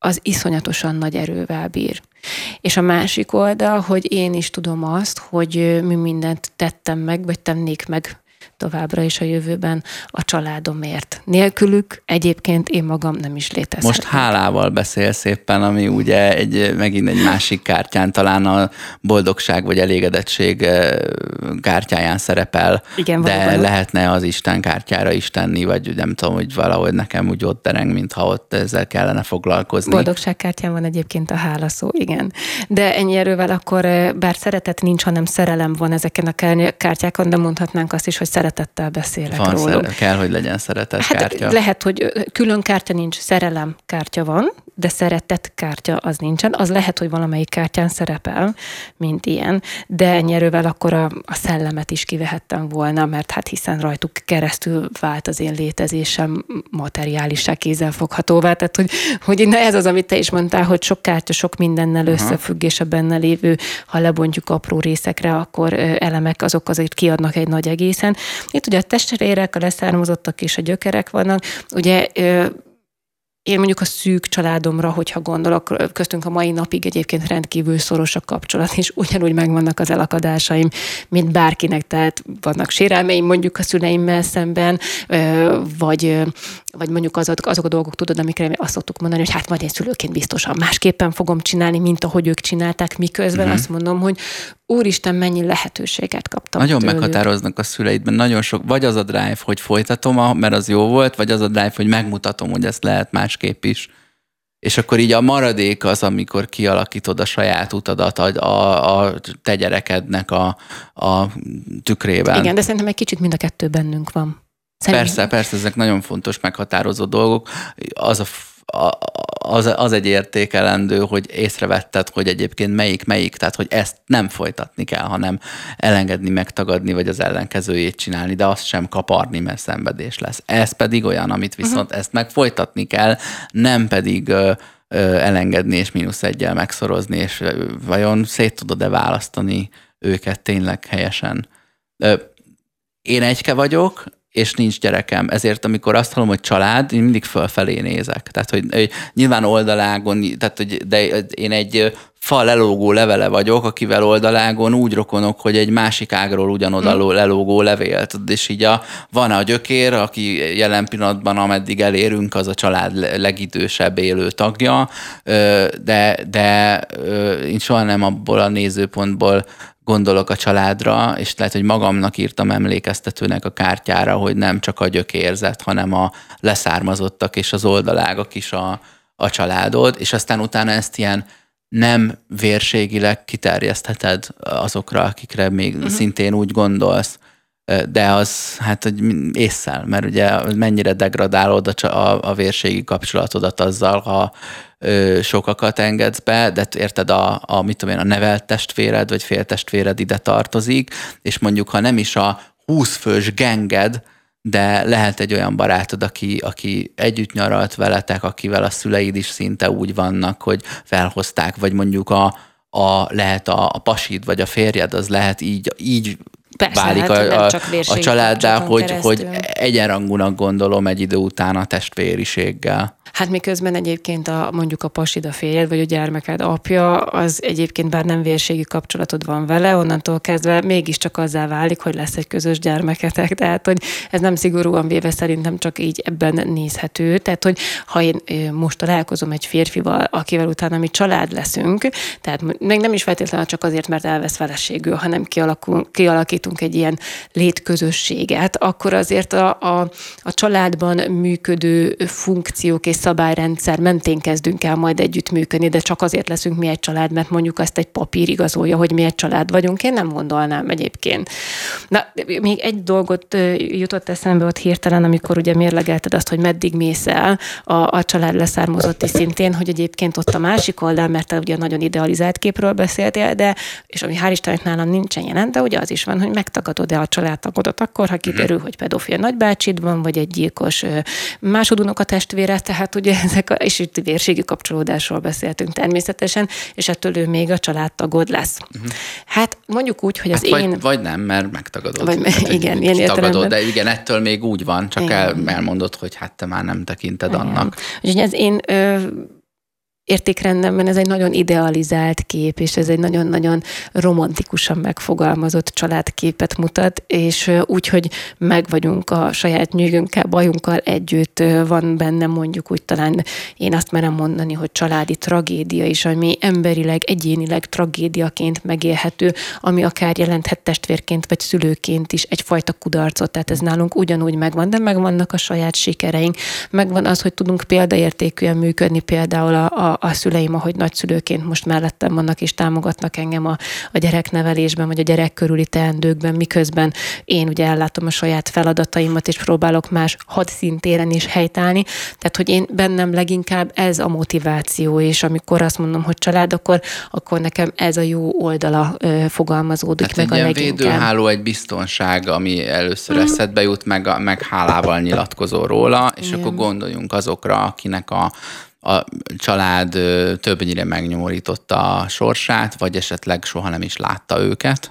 az iszonyatosan nagy erővel bír. És a másik oldal, hogy én is tudom azt, hogy mi mindent tettem meg, vagy tennék meg továbbra is a jövőben a családomért. Nélkülük egyébként én magam nem is létezhetek. Most hálával beszélsz éppen, ami ugye megint egy másik kártyán, talán a boldogság vagy elégedettség kártyáján szerepel, igen, de valóban lehetne az Isten kártyára is tenni, vagy nem tudom, hogy valahogy nekem úgy ott dereng, mintha ott ezzel kellene foglalkozni. Boldogság kártyán van egyébként a hála szó, igen. De ennyi erővel akkor, bár szeretet nincs, hanem szerelem van ezeken a kártyákon, de mondhatnánk azt is, hogy szeretettel beszélek róluk. Kell, hogy legyen szeretet kártya. Lehet, hogy külön kártya nincs, szerelem kártya van, de szeretet kártya az nincsen. Az lehet, hogy valamelyik kártyán szerepel, mint ilyen, de ennyi erővel akkor a szellemet is kivehettem volna, mert hát hiszen rajtuk keresztül vált az én létezésem materiálissá, kézzelfoghatóvá. Tehát, hogy na ez az, amit te is mondtál, hogy sok kártya, sok mindennel összefügg, és a benne lévő, ha lebontjuk apró részekre, akkor elemek azok azért kiadnak egy nagy egészen. Itt ugye a testvérek, a leszármazottak és a gyökerek vannak. Ugye én mondjuk a szűk családomra, hogyha gondolok, köztünk a mai napig egyébként rendkívül szoros a kapcsolat, és ugyanúgy megvannak az elakadásaim, mint bárkinek, tehát vannak sérelmeim mondjuk a szüleimmel szemben, vagy mondjuk azok a dolgok, tudod, amikre azt szoktuk mondani, hogy hát majd én szülőként biztosan másképpen fogom csinálni, mint ahogy ők csinálták, miközben azt mondom, hogy úristen, mennyi lehetőséget kaptam. Nagyon tőlük. Meghatároznak a szüleidben, nagyon sok, vagy az a drive, hogy folytatom, mert az jó volt, vagy az a drive, hogy megmutatom, hogy ezt lehet másképp is. És akkor így a maradék az, amikor kialakítod a saját utadat a te gyerekednek a tükrében. Igen, de szerintem egy kicsit mind a kettő bennünk van. Persze, ezek nagyon fontos meghatározó dolgok. Az egy értékelendő, hogy észrevetted, hogy egyébként melyik, tehát hogy ezt nem folytatni kell, hanem elengedni, megtagadni, vagy az ellenkezőjét csinálni, de azt sem kaparni, mert szenvedés lesz. Ez pedig olyan, amit viszont ezt meg folytatni kell, nem pedig elengedni és -1-jel megszorozni, és vajon szét tudod-e választani őket tényleg helyesen? Én egyke vagyok, és nincs gyerekem. Ezért, amikor azt hallom, hogy család, én mindig fölfelé nézek. Tehát, hogy nyilván oldalágon, de én egy fa lelógó levele vagyok, akivel oldalágon úgy rokonok, hogy egy másik ágról ugyanoda lelógó levél. És így van a gyökér, aki jelen pillanatban, ameddig elérünk, az a család legidősebb élő tagja, de én soha nem abból a nézőpontból gondolok a családra, és lehet, hogy magamnak írtam emlékeztetőnek a kártyára, hogy nem csak a gyökérzet, hanem a leszármazottak és az oldalágak is a családod, és aztán utána ezt ilyen nem vérségileg kiterjesztheted azokra, akikre még szintén úgy gondolsz, de az hát, hogy ésszel, mert ugye mennyire degradálod a vérségi kapcsolatodat azzal, ha sokakat engedsz be, de érted, mit tudom én, a nevelt testvéred, vagy féltestvéred ide tartozik, és mondjuk, ha nem is a 20 fős genged, de lehet egy olyan barátod, aki együtt nyaralt veletek, akivel a szüleid is szinte úgy vannak, hogy felhozták, vagy mondjuk lehet a pasid, vagy a férjed, az lehet így persze, válik a családdá, hogy egyenrangúnak gondolom egy idő után a testvériséggel. Hát miközben egyébként mondjuk a pasid, a férjed, vagy a gyermeked apja, az egyébként bár nem vérségi kapcsolatod van vele, onnantól kezdve mégiscsak azzá válik, hogy lesz egy közös gyermeketek. Tehát, hogy ez nem szigorúan véve szerintem csak így ebben nézhető. Tehát, hogy ha én most találkozom egy férfival, akivel utána mi család leszünk, tehát még nem is feltétlenül csak azért, mert elvesz feleségül, hanem kialakítunk egy ilyen létközösséget, akkor azért a családban működő funkciók és szabályrendszer mentén kezdünk el majd együttműködni, de csak azért leszünk mi egy család, mert mondjuk azt egy papír igazolja, hogy mi egy család vagyunk. Én nem gondolnám egyébként. Na, még egy dolgot jutott eszembe ott hirtelen, amikor ugye mérlegelted azt, hogy meddig mész el a család leszármazotti szintén, hogy egyébként ott a másik oldal, mert te ugye nagyon idealizált képről beszéltél, de, és ami hál' Istennek nálam nincsen jelen, de ugye az is van, hogy megtagadod-e a családtagodat akkor, ha kiderül, hogy pedofil nagybácsid van, vagy egy gyilkos másodunok testvére, tehát ugye és itt vérségi kapcsolódásról beszéltünk természetesen, és ettől ő még a családtagod lesz. Hát mondjuk úgy, hogy az vagy nem, mert megtagadod. Igen, ilyen értelemben. De igen, ettől még úgy van, csak elmondod, hogy hát te már nem tekinted annak. Úgyhogy ez én értékrendemben ez egy nagyon idealizált kép, és ez egy nagyon-nagyon romantikusan megfogalmazott családképet mutat, és úgy, hogy meg vagyunk a saját nyűgünkkel, bajunkkal együtt, van benne mondjuk úgy talán én azt merem mondani, hogy családi tragédia is, ami emberileg, egyénileg tragédiaként megélhető, ami akár jelenthet testvérként vagy szülőként is egyfajta kudarcot, tehát ez nálunk ugyanúgy megvan, de megvannak a saját sikereink, megvan az, hogy tudunk példaértékűen működni, például a szüleim, ahogy nagyszülőként most mellettem vannak és támogatnak engem a gyereknevelésben, vagy a gyerek körüli teendőkben, miközben én ugye ellátom a saját feladataimat, és próbálok más hadszintéren is helytállni. Tehát, hogy én bennem leginkább ez a motiváció, és amikor azt mondom, hogy család, akkor nekem ez a jó oldala fogalmazódik hát meg a leginkább. Egy védőháló, egy biztonság, ami először eszedbe jut, meg hálával nyilatkozol róla, és igen. Akkor gondoljunk azokra, akinek a család többnyire megnyomorította a sorsát, vagy esetleg soha nem is látta őket,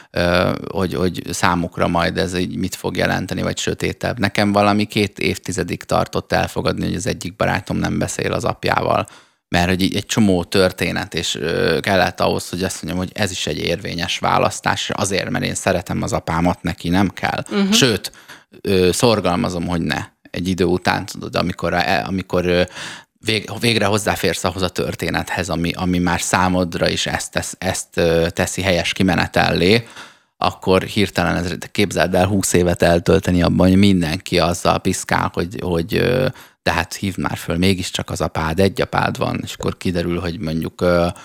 hogy számukra majd ez így mit fog jelenteni, vagy sötétebb. Nekem valami 2 évtizedig tartott elfogadni, hogy az egyik barátom nem beszél az apjával, mert hogy egy csomó történet, és kellett ahhoz, hogy azt mondjam, hogy ez is egy érvényes választás, azért, mert én szeretem az apámat, neki nem kell. Uh-huh. Sőt, szorgalmazom, hogy ne. Egy idő után, tudod, amikor végre hozzáférsz ahhoz a történethez, ami már számodra is ezt teszi helyes kimenetellé, akkor hirtelen képzeld el 20 évet eltölteni abban, hogy mindenki azzal piszkál, hogy de hát hívd már föl, mégiscsak az apád, egy apád van, és akkor kiderül, hogy mondjuk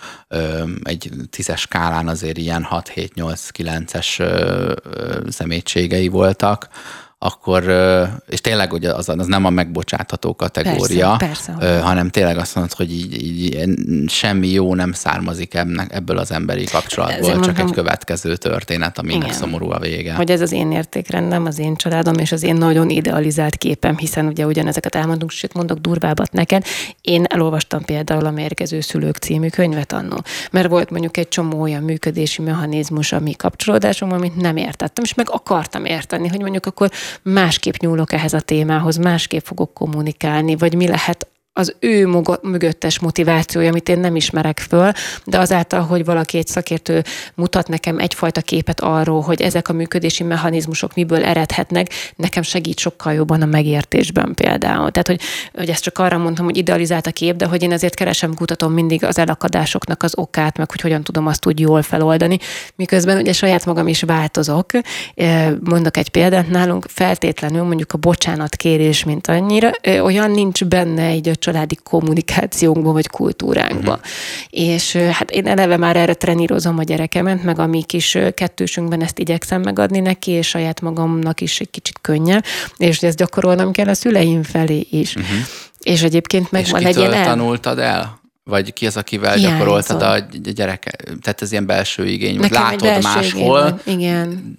egy 10-es skálán azért ilyen 6-7-8-9-es szemétségei voltak, akkor, és tényleg ugye az nem a megbocsátható kategória, persze. Hanem tényleg azt mondod, hogy így semmi jó nem származik ebből az emberi kapcsolatból, csak egy következő történet, aminek igen. Szomorú a vége. Hogy ez az én értékrendem, az én családom, és az én nagyon idealizált képem, hiszen ugye ugyanezeket elmondunk, sőt mondok durvábbat neked. Én elolvastam például a Mérgező szülők című könyvet annó, mert volt mondjuk egy csomó olyan működési mechanizmus a mi kapcsolódásom, amit nem értettem, és meg akartam érteni, hogy mondjuk akkor másképp nyúlok ehhez a témához, másképp fogok kommunikálni, vagy mi lehet az ő mögöttes motivációja, amit én nem ismerek föl, de azáltal, hogy valaki egy szakértő mutat nekem egyfajta képet arról, hogy ezek a működési mechanizmusok miből eredhetnek, nekem segít sokkal jobban a megértésben például. Tehát, hogy ezt csak arra mondtam, hogy idealizált a kép, de hogy én azért kutatom mindig az elakadásoknak az okát, meg hogy hogyan tudom azt úgy jól feloldani, miközben ugye saját magam is változok. Mondok egy példát, nálunk feltétlenül mondjuk a bocsánatkérés, mint annyira, olyan nincs benne egy családi kommunikációnkban, vagy kultúránkban. Uh-huh. És hát én eleve már erre trenírozom a gyerekemet, meg a mi kis kettősünkben ezt igyekszem megadni neki, és saját magamnak is egy kicsit könnyebb, és ezt gyakorolnom kell a szüleim felé is. Uh-huh. És egyébként meg van egy ilyen... És kitől tanultad el? Vagy ki az, akivel gyakoroltad a gyerek? Tehát ez ilyen belső igény. Nekem látod máshol. Igen.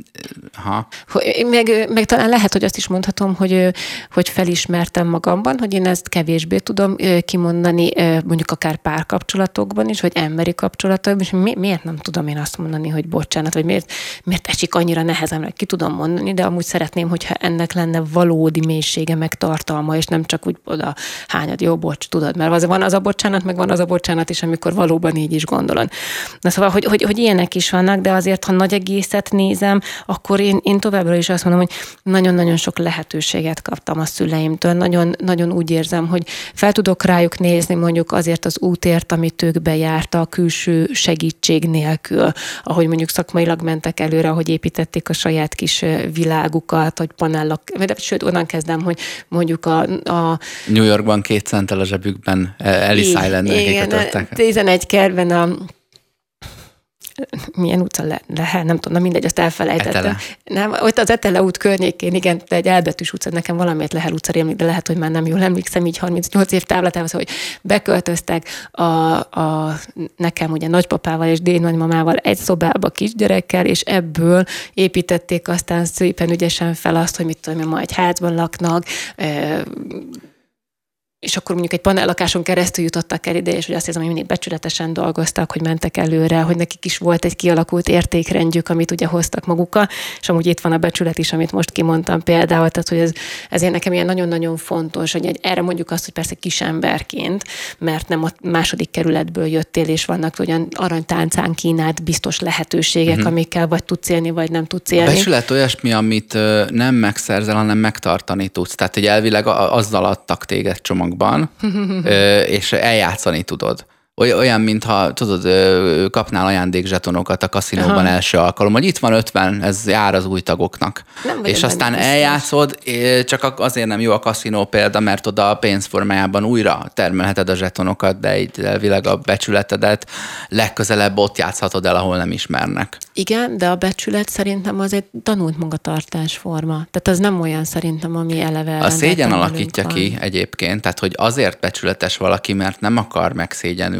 Meg talán lehet, hogy azt is mondhatom, hogy felismertem magamban, hogy én ezt kevésbé tudom kimondani, mondjuk akár párkapcsolatokban is, vagy emberi kapcsolatokban is. Miért nem tudom én azt mondani, hogy bocsánat, vagy miért esik annyira nehezen, hogy ki tudom mondani, de amúgy szeretném, hogyha ennek lenne valódi mélysége, meg tartalma, és nem csak úgy oda hányad, jó, bocs, tudod, mert van az a bocsánat, meg van az a bocsánat is, amikor valóban így is gondolod. Na szóval, hogy ilyenek is vannak, de azért, ha nagy egészet nézem, akkor én továbbra is azt mondom, hogy nagyon-nagyon sok lehetőséget kaptam a szüleimtől. Nagyon úgy érzem, hogy fel tudok rájuk nézni mondjuk azért az útért, amit ők bejárta a külső segítség nélkül, ahogy mondjuk szakmailag mentek előre, ahogy építették a saját kis világukat, hogy panellok, sőt, onnan kezdem, hogy mondjuk a New Yorkban 2 centtel a zsebükben Ellis Islandnek igen, 11 kertben milyen utca lehet, nem tudom, mindegy, azt elfelejtettem. Nem, ott az Etele út környékén, igen, egy elbetűs utca, nekem valamiért Lehel utca rémlik, de lehet, hogy már nem jól emlékszem, így 38 év távlatában, szóval, hogy beköltöztek nekem ugye nagypapával és dédnagymamával egy szobába kisgyerekkel, és ebből építették aztán szépen ügyesen fel azt, hogy mit tudom, ma egy házban laknak, és akkor mondjuk egy panellakáson keresztül jutottak el ide, és hogy azt hiszem, hogy mindig becsületesen dolgoztak, hogy mentek előre, hogy nekik is volt egy kialakult értékrendjük, amit ugye hoztak magukkal, és amúgy itt van a becsület is, amit most kimondtam például, tehát hogy ezért nekem ilyen nagyon-nagyon fontos, hogy erre mondjuk azt, hogy persze kisemberként, mert nem a második kerületből jöttél, és vannak olyan aranytáncán kínált biztos lehetőségek, amikkel vagy tudsz élni, vagy nem tudsz élni. A becsület olyasmi, amit nem megszerzel, hanem megtartani tudsz. Tehát, hogy elvileg azzal adtak téged csomagban, és eljátszani tudod. Olyan, mintha tudod, kapnál ajándékzsetonokat a kaszinóban első alkalom, hogy itt van 50, ez jár az új tagoknak. És aztán eljátszod, csak azért nem jó a kaszinó példa, mert oda a pénzformájában újra termelheted a zsetonokat, de így elvileg a becsületedet legközelebb ott játszhatod el, ahol nem ismernek. Igen, de a becsület szerintem az egy tanult magatartásforma. Tehát az nem olyan szerintem, ami eleve... A szégyen alakítja ki egyébként, tehát hogy azért becsületes valaki, mert nem akar megszégyenülni,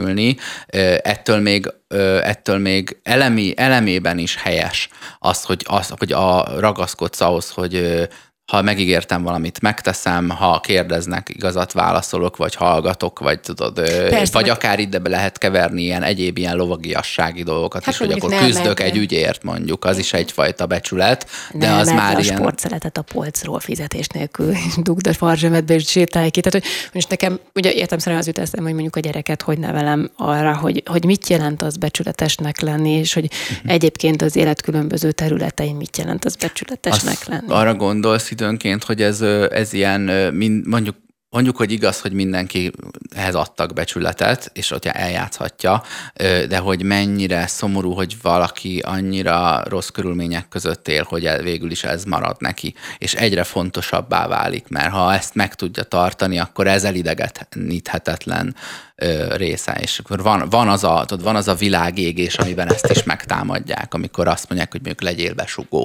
ettől még elemében is helyes hogy ragaszkodsz ahhoz, hogy ha megígértem valamit, megteszem, ha kérdeznek, igazat válaszolok, vagy hallgatok, vagy tudod, persze, vagy akár ide be lehet keverni ilyen egyéb ilyen lovagiassági dolgokat is, hogy akkor küzdök egy ügyért mondjuk, az is egyfajta becsület, de az már ilyen... a sportszeletet a polcról fizetés nélkül, dugd a farzsemetbe és sétálj ki. Tehát, hogy most nekem, ugye értelemszerűen az jut eszembe, hogy mondjuk a gyereket hogy nevelem arra, hogy mit jelent az becsületesnek lenni, és hogy egyébként az élet különböző területein mit jelent az becsületesnek lenni. Arra gondolsz időnként, hogy ez ilyen, mondjuk, hogy igaz, hogy mindenkihez adtak becsületet, és ott eljátszhatja, de hogy mennyire szomorú, hogy valaki annyira rossz körülmények között él, hogy végül is ez marad neki, és egyre fontosabbá válik, mert ha ezt meg tudja tartani, akkor ez elidegeníthetetlen része, és akkor van az a világégés, amiben ezt is megtámadják, amikor azt mondják, hogy mondjuk legyél besugó.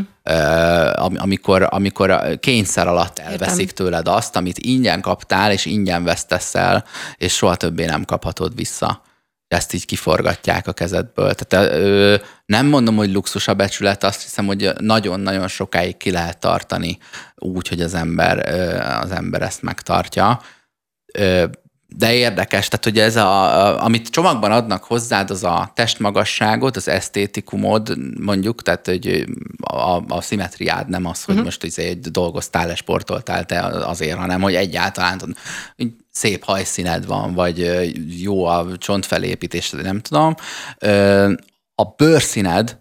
Amikor kényszer alatt elveszik tőled azt, amit ingyen kaptál, és ingyen vesztesz el, és soha többé nem kaphatod vissza. Ezt így kiforgatják a kezedből. Tehát nem mondom, hogy luxus a becsület, azt hiszem, hogy nagyon-nagyon sokáig ki lehet tartani úgy, hogy az ember ezt megtartja. De érdekes, tehát hogy ez amit csomagban adnak hozzád, az a testmagasságod, az esztétikumod, mondjuk, tehát hogy a szimmetriád nem az, hogy most dolgoztál, sportoltál te azért, hanem hogy egyáltalán szép hajszíned van, vagy jó a csontfelépítésed, nem tudom. A bőrszíned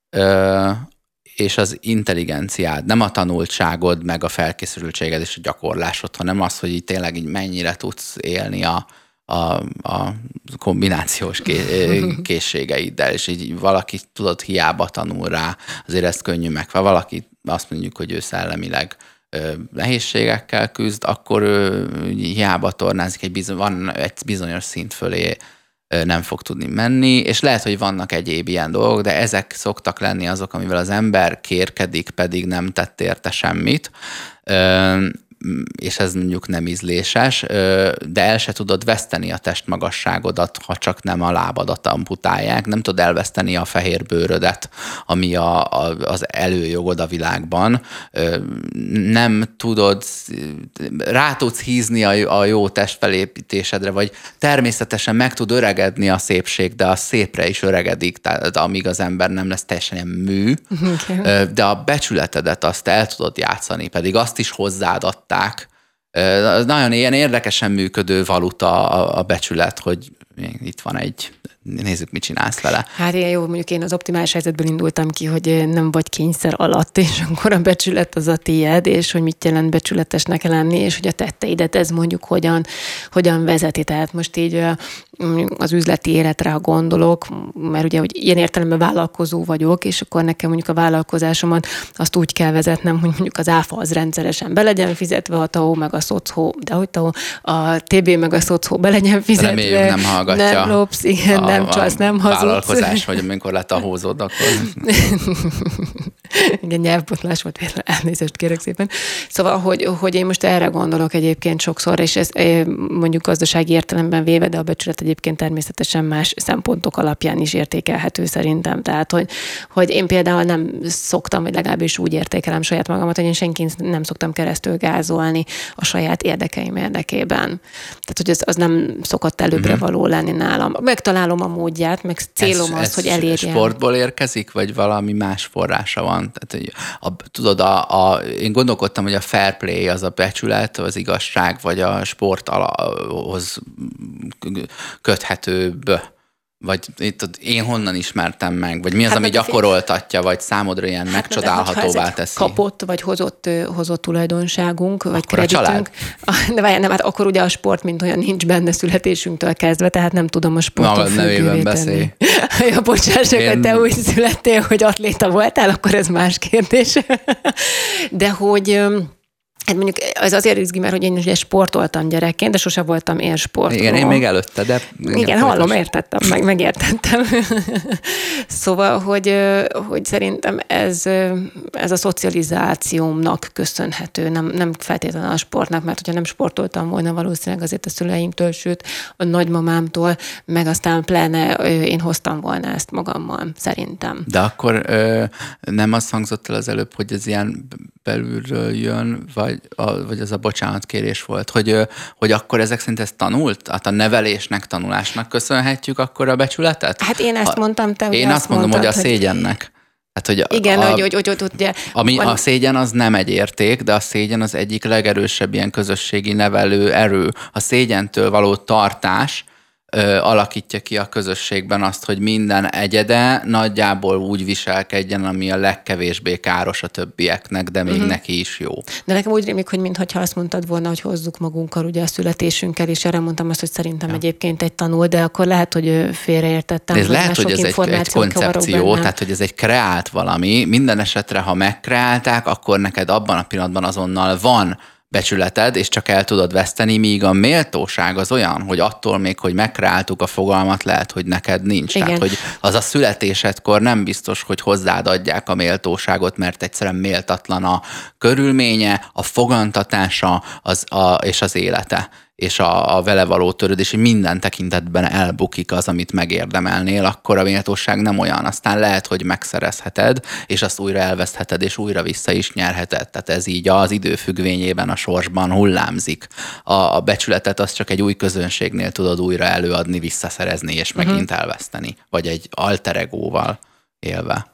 és az intelligenciád, nem a tanultságod, meg a felkészültséged és a gyakorlásod, hanem az, hogy így tényleg így mennyire tudsz élni a kombinációs készségeiddel, és így valaki tudod, hiába tanul rá, azért ezt könnyű valaki azt mondjuk, hogy ő szellemileg nehézségekkel küzd, akkor ő hiába tornázik, van egy bizonyos szint fölé nem fog tudni menni, és lehet, hogy vannak egyéb ilyen dolgok, de ezek szoktak lenni azok, amivel az ember kérkedik, pedig nem tett érte semmit, és ez mondjuk nem ízléses, de el se tudod veszteni a testmagasságodat, ha csak nem a lábadat amputálják, nem tudod elveszteni a fehér bőrödet, ami az előjogod a világban, nem tudod, rá tudsz hízni a jó testfelépítésedre, vagy természetesen meg tud öregedni a szépség, de a szépre is öregedik, tehát amíg az ember nem lesz teljesen ilyen mű, de a becsületedet azt el tudod játszani, pedig azt is hozzád adták. Nagyon ilyen érdekesen működő valuta a becsület, hogy itt van nézzük, mit csinálsz vele. Hát igen, jó, mondjuk én az optimális helyzetből indultam ki, hogy nem vagy kényszer alatt, és akkor a becsület az a tiéd, és hogy mit jelent becsületesnek lenni, és hogy a tetteidet ez mondjuk hogyan vezeti. Tehát most így az üzleti életre, ha gondolok, mert ugye hogy ilyen értelemben vállalkozó vagyok, és akkor nekem mondjuk a vállalkozásomat azt úgy kell vezetnem, hogy mondjuk az áfa az rendszeresen be legyen fizetve, a TAO meg a szocó, de hogy TAO, a TB meg a szocó be legyen fizetve. Reméljük nem hallgatja. Nem lopsz, igen, nem csalsz, nem hazudsz. Vállalkozás, vagy amikor letahózod, akkor... Igen, nyelvbotlás volt, elnézést kérek szépen. Szóval, hogy én most erre gondolok egyébként sokszor, és ez mondjuk gazdasági értelemben véve, de a becsület egyébként természetesen más szempontok alapján is értékelhető szerintem. Tehát, hogy én például nem szoktam, vagy legalábbis úgy értékelem saját magamat, hogy én senkin nem szoktam keresztül gázolni a saját érdekeim érdekében. Tehát, hogy az nem szokott előbbre való lenni nálam. Megtalálom a módját, meg célom az, hogy elérjem. Sportból érkezik, vagy valami más forrása van? Tehát, tudod, én gondolkodtam, hogy a fair play az a becsület, az igazság, vagy a sporthoz köthetőbb. Vagy én honnan ismertem meg? Vagy mi az, ami gyakoroltatja, vagy számodra ilyen megcsodálhatóvá teszi? Kapott, vagy hozott tulajdonságunk, vagy kreditünk. De hát akkor ugye a sport, mint olyan nincs benne születésünktől kezdve, tehát nem tudom a sportot függővé tenni. Ja, bocsássak, hogy te úgy születtél, hogy atléta voltál, akkor ez más kérdés. De hogy... Hát mondjuk ez azért izgi, mert hogy én ugye sportoltam gyerekként, de sose voltam élsportoló. Igen, én még előtte, de... Igen, hallom, értettem, megértettem. Szóval, hogy szerintem ez a szocializációmnak köszönhető, nem feltétlenül a sportnak, mert hogyha nem sportoltam volna valószínűleg azért a szüleimtől, sőt a nagymamámtól, meg aztán pláne én hoztam volna ezt magammal, szerintem. De akkor nem azt hangzott el az előbb, hogy ez ilyen belülről jön, vagy az a bocsánatkérés volt, hogy akkor ezek szerint ez tanult? Hát a nevelésnek, tanulásnak köszönhetjük akkor a becsületet? Hát én ezt mondtam, te én azt mondom, hogy a szégyennek. Hát, hogy igen, hogy ugye... A szégyen az nem egy érték, de a szégyen az egyik legerősebb ilyen közösségi nevelő erő. A szégyentől való tartás alakítja ki a közösségben azt, hogy minden egyede nagyjából úgy viselkedjen, ami a legkevésbé káros a többieknek, de még neki is jó. De nekem úgy rémlik, hogy mintha azt mondtad volna, hogy hozzuk magunkkal ugye a születésünkkel, és erre mondtam azt, hogy szerintem egyébként egy tanul, de akkor lehet, hogy félreértettem. Ez lehet, hogy ez egy koncepció, tehát hogy ez egy kreált valami. Minden esetre, ha megkreálták, akkor neked abban a pillanatban azonnal van becsületed, és csak el tudod veszteni, míg a méltóság az olyan, hogy attól még, hogy megkreáltuk a fogalmat, lehet, hogy neked nincs. Igen. Tehát, hogy az a születésedkor nem biztos, hogy hozzád adják a méltóságot, mert egyszerűen méltatlan a körülménye, a fogantatása és az élete, és a vele való törődés, és minden tekintetben elbukik az, amit megérdemelnél, akkor a méltóság nem olyan. Aztán lehet, hogy megszerezheted, és azt újra elvesztheted, és újra vissza is nyerheted. Tehát ez így az idő függvényében a sorsban hullámzik. A becsületet azt csak egy új közönségnél tudod újra előadni, visszaszerezni, és megint elveszteni. Vagy egy alter egóval élve.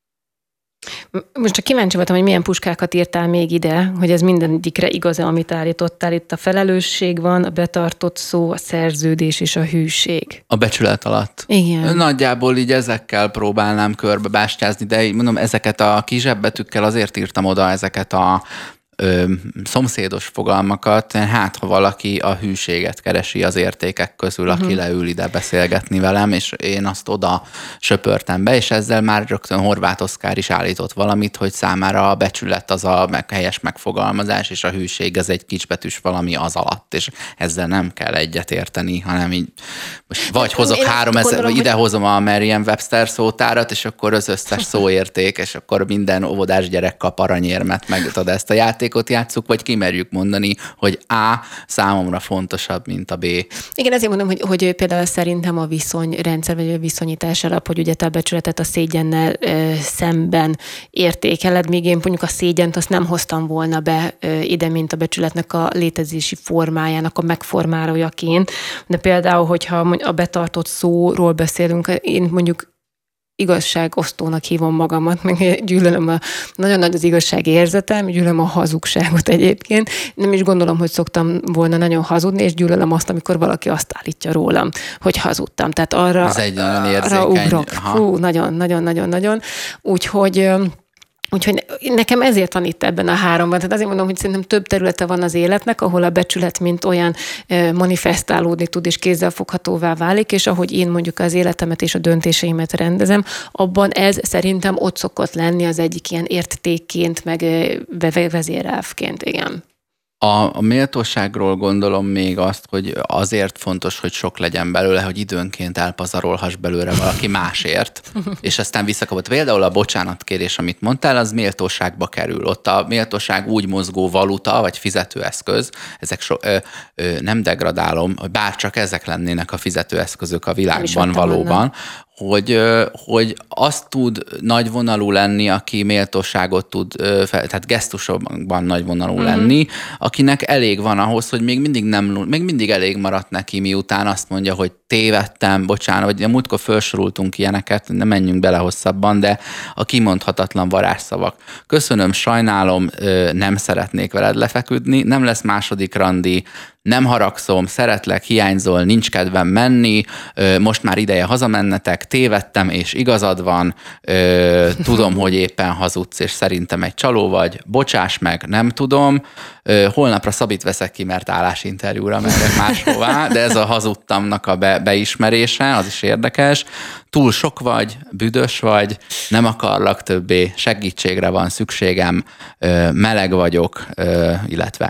Most csak kíváncsi voltam, hogy milyen puskákat írtál még ide, hogy ez mindegyikre igaz, amit állítottál. Itt a felelősség van, a betartott szó, a szerződés és a hűség. A becsület alatt. Igen. Nagyjából így ezekkel próbálnám körbebástyázni, de mondom, ezeket a kisebbetűkkel azért írtam oda ezeket a szomszédos fogalmakat, hát ha valaki a hűséget keresi az értékek közül, aki leül ide beszélgetni velem, és én azt oda söpörtem be, és ezzel már rögtön Horváth Oszkár is állított valamit, hogy számára a becsület az a helyes megfogalmazás, és a hűség az egy kicsbetűs valami az alatt, és ezzel nem kell egyetérteni, hanem így most vagy hozok 3000, vagy idehozom a Merriam-Webster szótárat, és akkor az összes szóérték, és akkor minden óvodás gyerek kap aranyérmet, meg tudod, ezt a játékot játsszuk, vagy kimerjük mondani, hogy A számomra fontosabb, mint a B. Igen, ezért mondom, hogy például szerintem a viszonyrendszer, vagy a viszonyítás alap, hogy ugye te a becsületet a szégyennel szemben értékeled, míg én mondjuk a szégyent azt nem hoztam volna be ide, mint a becsületnek a létezési formájának a megformálójaként. De például, hogyha a betartott szóról beszélünk, én mondjuk igazságosztónak hívom magamat, meg gyűlölöm nagyon nagy az igazság érzetem, gyűlölöm a hazugságot egyébként. Nem is gondolom, hogy szoktam volna nagyon hazudni, és gyűlölöm azt, amikor valaki azt állítja rólam, hogy hazudtam. Tehát arra, ez egy nagyon érzékeny. Ugrok. Hú, nagyon. Úgyhogy nekem ezért van itt ebben a háromban. Tehát azért mondom, hogy szerintem több területe van az életnek, ahol a becsület mint olyan manifestálódni tud, és kézzelfoghatóvá válik, és ahogy én mondjuk az életemet és a döntéseimet rendezem, abban ez szerintem ott szokott lenni az egyik ilyen értékként, meg vezérelvként, igen. A méltóságról gondolom még azt, hogy azért fontos, hogy sok legyen belőle, hogy időnként elpazarolhass belőle valaki másért, és aztán visszakapott. Például a bocsánatkérés, amit mondtál, az méltóságba kerül. Ott a méltóság úgy mozgó valuta, vagy fizetőeszköz, ezek nem degradálom, bárcsak ezek lennének a fizetőeszközök a világban valóban, hogy azt tud nagyvonalú lenni, aki méltóságot tud, tehát gesztusokban nagyvonalú lenni, akinek elég van ahhoz, hogy még mindig elég maradt neki, miután azt mondja, hogy tévedtem, bocsánat, vagy a múltkor felsoroltunk ilyeneket, nem menjünk bele hosszabban, de a kimondhatatlan varázsszavak. Köszönöm, sajnálom, nem szeretnék veled lefeküdni, nem lesz második randi, nem haragszom, szeretlek, hiányzol, nincs kedvem menni, most már ideje hazamennetek, tévedtem, és igazad van, tudom, hogy éppen hazudsz, és szerintem egy csaló vagy, bocsáss meg, nem tudom, holnapra Szabit veszek ki, mert állásinterjúra megyek máshová, de ez a hazudtamnak a beismerése, az is érdekes. Túl sok vagy, büdös vagy, nem akarlak többé, segítségre van szükségem, meleg vagyok, illetve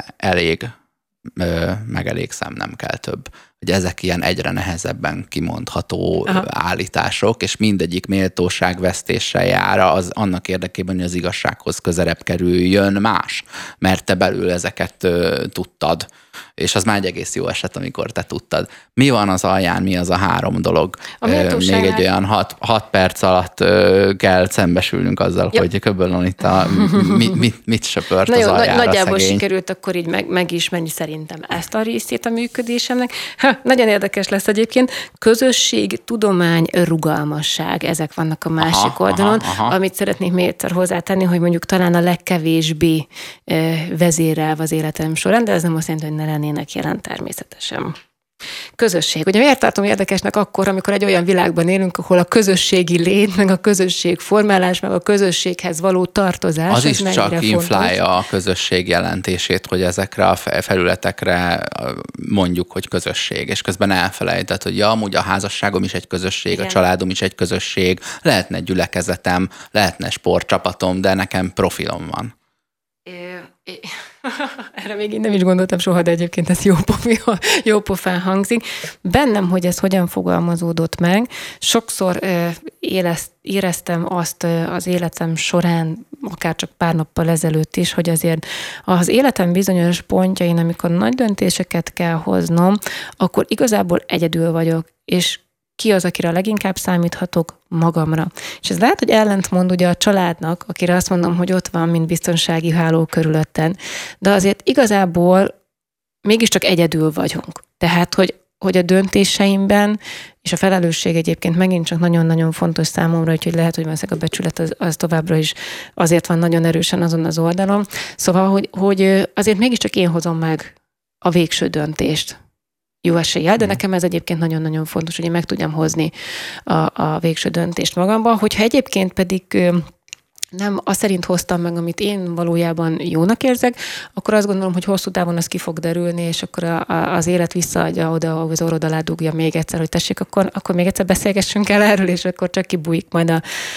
megelégszem, nem kell több. Hogy ezek ilyen egyre nehezebben kimondható állítások, és mindegyik méltóságvesztéssel jár az annak érdekében, hogy az igazsághoz közelebb kerüljön más, mert te belül ezeket tudtad, és az már egy egész jó eset, amikor te tudtad. Mi van az alján, mi az a 3 dolog? Még egy olyan 6 perc alatt kell szembesülnünk azzal, hogy köbölön itt mit söpört az aljára nagyjából szegény. Sikerült akkor így megismerni szerintem ezt a részét a működésemnek. Nagyon érdekes lesz egyébként. Közösség, tudomány, rugalmasság, ezek vannak a másik oldalon. Amit szeretnék még egyszer hozzátenni, hogy mondjuk talán a legkevésbé vezérelve az életem során, de ez nem azt jelenti, hogy ne lennének jelen természetesen. Közösség. Ugye miért tartom érdekesnek akkor, amikor egy olyan világban élünk, ahol a közösségi lét, meg a közösség formálás, meg a közösséghez való tartozás. Az is csak inflálja a közösség jelentését, hogy ezekre a felületekre mondjuk, hogy közösség, és közben elfelejtett, hogy amúgy a házasságom is egy közösség, igen. A családom is egy közösség, lehetne gyülekezetem, lehetne sportcsapatom, de nekem profilom van. Erre még én nem is gondoltam soha, de egyébként ez jó pofán hangzik. Bennem, hogy ez hogyan fogalmazódott meg, sokszor éreztem azt az életem során, akár csak pár nappal ezelőtt is, hogy azért az életem bizonyos pontjain, amikor nagy döntéseket kell hoznom, akkor igazából egyedül vagyok, és ki az, akire leginkább számíthatok? Magamra. És ez lehet, hogy ellentmond ugye a családnak, akire azt mondom, hogy ott van, mint biztonsági háló körülötten. De azért igazából mégiscsak egyedül vagyunk. Tehát, hogy a döntéseimben, és a felelősség egyébként megint csak nagyon-nagyon fontos számomra, úgyhogy lehet, hogy valószínűleg a becsület az továbbra is azért van nagyon erősen azon az oldalon. Szóval, hogy azért mégiscsak én hozom meg a végső döntést. Jó eséllyel, de nekem ez egyébként nagyon-nagyon fontos, hogy én meg tudjam hozni a végső döntést magamban. Hogyha egyébként pedig nem azt szerint hoztam meg, amit én valójában jónak érzek, akkor azt gondolom, hogy hosszú távon az ki fog derülni, és akkor az élet visszaadja oda, az orrod alá dugja még egyszer, hogy tessék, akkor még egyszer beszélgessünk el erről, és akkor csak kibújik majd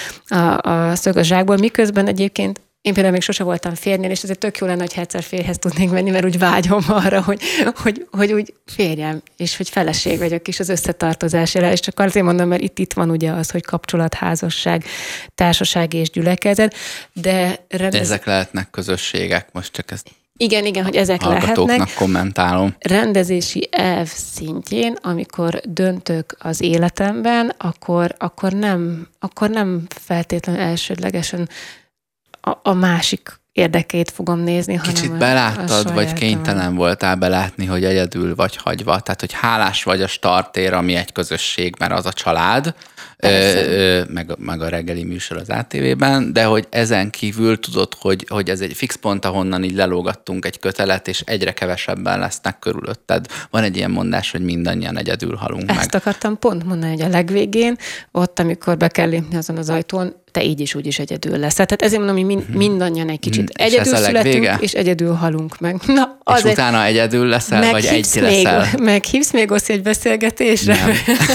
a szög a zsákból. Miközben egyébként én például még sose voltam férjnél, és ezért tök jó lenne, hogy egyszer férjhez tudnék menni, mert úgy vágyom arra, hogy úgy férjem, és hogy feleség vagyok is az összetartozásra. És csak azért mondom, mert itt van ugye az, hogy kapcsolat, házasság, társaság és gyülekezet, de ezek lehetnek közösségek, most csak ezt igen, hogy ezek lehetnek. Kommentálom. Rendezési elv szintjén, amikor döntök az életemben, akkor nem feltétlenül elsődlegesen a másik érdekét fogom nézni, hanem kicsit beláttad, vagy kénytelen voltál belátni, hogy egyedül vagy hagyva. Tehát, hogy hálás vagy a startér, ami egy közösség, mert az a család, meg a reggeli műsor az ATV-ben, de hogy ezen kívül tudod, hogy ez egy fix pont, ahonnan így lelógattunk egy kötelet, és egyre kevesebben lesznek körülötted. Van egy ilyen mondás, hogy mindannyian egyedül halunk meg. Ezt akartam pont mondani, hogy a legvégén, ott, amikor be kell lépni azon az ajtón, te így is úgy is egyedül lesz. Tehát ezért mondom, hogy mindannyian egy kicsit egyedül születünk, és egyedül halunk meg. Na, és utána egyedül leszel, vagy egy leszel? Meghívsz még Oszi egy beszélgetésre? Nem.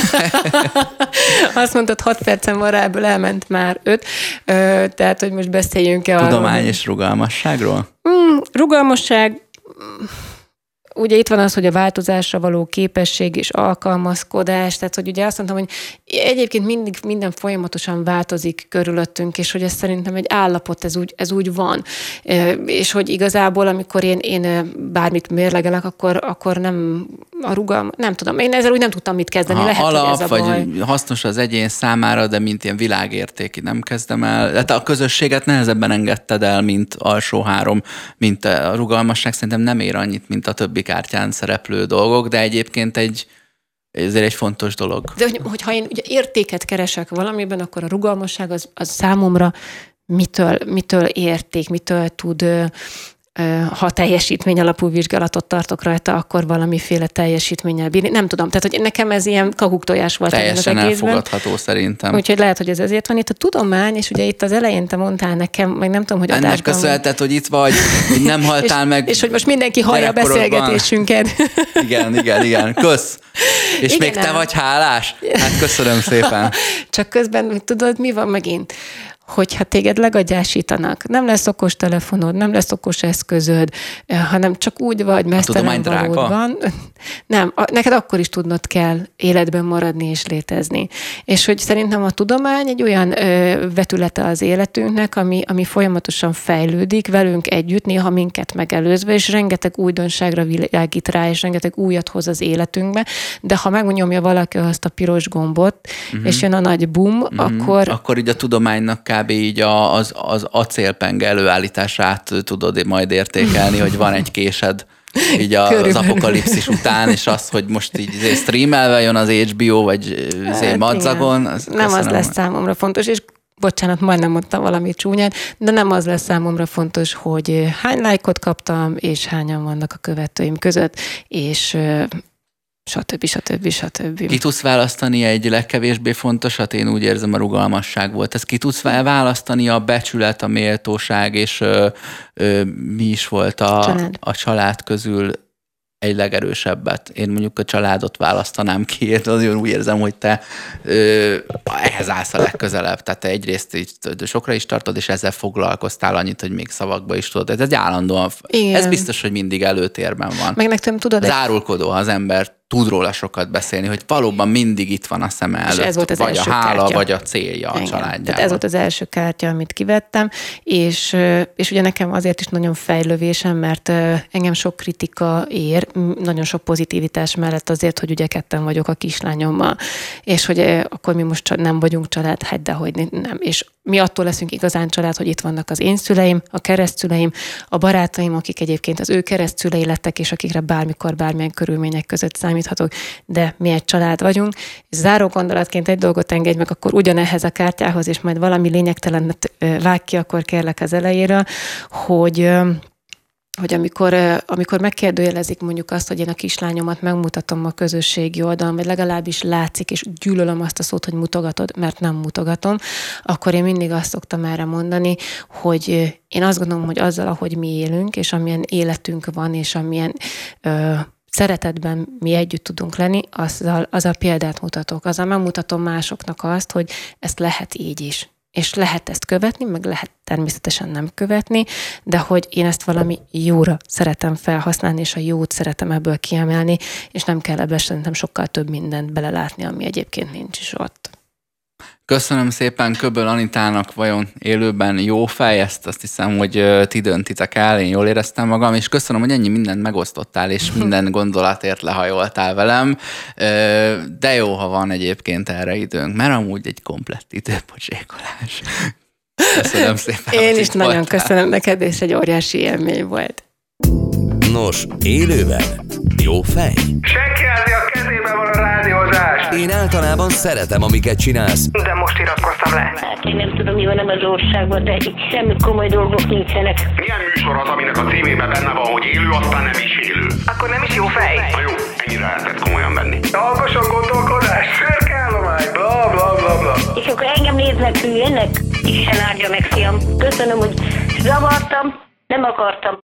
Azt mondtad, 6 percen van rá, ebből elment már 5. Tehát, hogy most beszéljünk-e Tudomány és rugalmasságról? Rugalmasság, ugye itt van az, hogy a változásra való képesség és alkalmazkodás, tehát hogy ugye azt mondtam, hogy egyébként mindig minden folyamatosan változik körülöttünk, és hogy ez szerintem egy állapot, ez úgy van. És hogy igazából, amikor én bármit mérlegelek, akkor nem nem tudom, én ezzel úgy nem tudtam mit kezdeni. Lehet, alap, hogy ez a baj. vagy hasznos az egyén számára, de mint ilyen világértéki nem kezdem el. Tehát a közösséget nehezebben engedted el, mint alsó három, mint a rugalmasság szerintem nem ér annyit, mint a többi kártyán szereplő dolgok, de egyébként ezért egy fontos dolog. De hogyha én ugye értéket keresek valamiben, akkor a rugalmasság az számomra mitől érték, mitől tud, ha teljesítmény alapú vizsgálatot tartok rajta, akkor valamiféle teljesítménnyel bírni. Nem tudom, tehát hogy nekem ez ilyen kakuktojás volt. Teljesen elfogadható szerintem. Úgyhogy lehet, hogy ez ezért van. Itt a tudomány, és ugye itt az elején te mondtál nekem, meg nem tudom, hogy adásban... Ennek köszönheted, hogy itt vagy, hogy nem haltál meg. És hogy most mindenki hallja a beszélgetésünket. Igen. Kösz. És igen, még te vagy hálás? Hát köszönöm szépen. Csak közben, tudod, mi van megint? Hogyha téged legagyásítanak, nem lesz okos telefonod, nem lesz okos eszközöd, hanem csak úgy vagy meztelen valódban. Nem, neked akkor is tudnod kell életben maradni és létezni. És hogy szerintem a tudomány egy olyan vetülete az életünknek, ami folyamatosan fejlődik velünk együtt, néha minket megelőzve, és rengeteg újdonságra világít rá, és rengeteg újat hoz az életünkbe, de ha megnyomja valaki azt a piros gombot, és jön a nagy bum, akkor így a tudománynak kb. Így az acélpenge előállítását tudod majd értékelni, hogy van egy késed így az apokalipszis után, és az, hogy most így streamelve jön az HBO, vagy madzagon. Nem az lesz számomra fontos, és bocsánat, majdnem mondtam valami csúnyát, de nem az lesz számomra fontos, hogy hány lájkot kaptam, és hányan vannak a követőim között, és... stb. Ki tudsz választani egy legkevésbé fontosat? Én úgy érzem, a rugalmasság volt. Ezt ki tudsz választani, a becsület, a méltóság, és mi is volt a család közül egy legerősebbet? Én mondjuk a családot választanám ki, én nagyon úgy érzem, hogy te ehhez állsz a legközelebb. Tehát te egyrészt így sokra is tartod, és ezzel foglalkoztál annyit, hogy még szavakba is tudod. Ez egy állandóan, ez biztos, hogy mindig előtérben van. Meg nekem tudod... Zárulkodó, ha az ember tud róla sokat beszélni, hogy valóban mindig itt van a szeme előtt, ez volt az vagy első a hála, kártya. vagy a célja a családjában. Tehát ez volt az első kártya, amit kivettem, és ugye nekem azért is nagyon fejlővésem, mert engem sok kritika ér, nagyon sok pozitivitás mellett azért, hogy ugye ketten vagyok a kislányommal, és hogy akkor mi most nem vagyunk család, hát dehogy nem. És mi attól leszünk igazán család, hogy itt vannak az én szüleim, a keresztszüleim, a barátaim, akik egyébként az ő keresztszülei lettek, és akikre bármikor, bármilyen körülmények között számíthatok, de mi egy család vagyunk. És záró gondolatként egy dolgot engedj meg, akkor ugyanehhez a kártyához, és majd valami lényegtelenet vág ki, akkor kérlek az elejéről, hogy amikor megkérdőjelezik mondjuk azt, hogy én a kislányomat megmutatom a közösségi oldalon, vagy legalábbis látszik, és gyűlölöm azt a szót, hogy mutogatod, mert nem mutogatom, akkor én mindig azt szoktam erre mondani, hogy én azt gondolom, hogy azzal, ahogy mi élünk, és amilyen életünk van, és amilyen szeretetben mi együtt tudunk lenni, azzal példát mutatok. Azzal megmutatom másoknak azt, hogy ezt lehet így is. És lehet ezt követni, meg lehet természetesen nem követni, de hogy én ezt valami jóra szeretem felhasználni, és a jót szeretem ebből kiemelni, és nem kell ebben szerintem sokkal több mindent belelátni, ami egyébként nincs is ott. Köszönöm szépen Köböl Anitának, vajon élőben jó fej, ezt azt hiszem, hogy ti döntitek el, én jól éreztem magam, és köszönöm, hogy ennyi mindent megosztottál, és minden gondolatért lehajoltál velem, de jó, ha van egyébként erre időnk, mert amúgy egy komplett időpocsékolás. Köszönöm szépen. Én is nagyon köszönöm neked, és egy óriási élmény volt. Nos, élőben jó fej? Senki a kezében van a rádiózás. Én általában szeretem, amiket csinálsz. De most iratkoztam le. Hát én nem tudom, mi van az országban, de itt semmi komoly dolgok nincsenek. Milyen műsor az, aminek a címében benne van, hogy élő, aztán nem is élő? Akkor nem is jó fej. Na jó, ennyire lehetett komolyan venni. Hallgass a gondolkodás, szürkállomány, bla bla bla bla. És akkor engem néznek hülyének? Isten áldja meg, fiam. Köszönöm, hogy zavartam, nem akartam.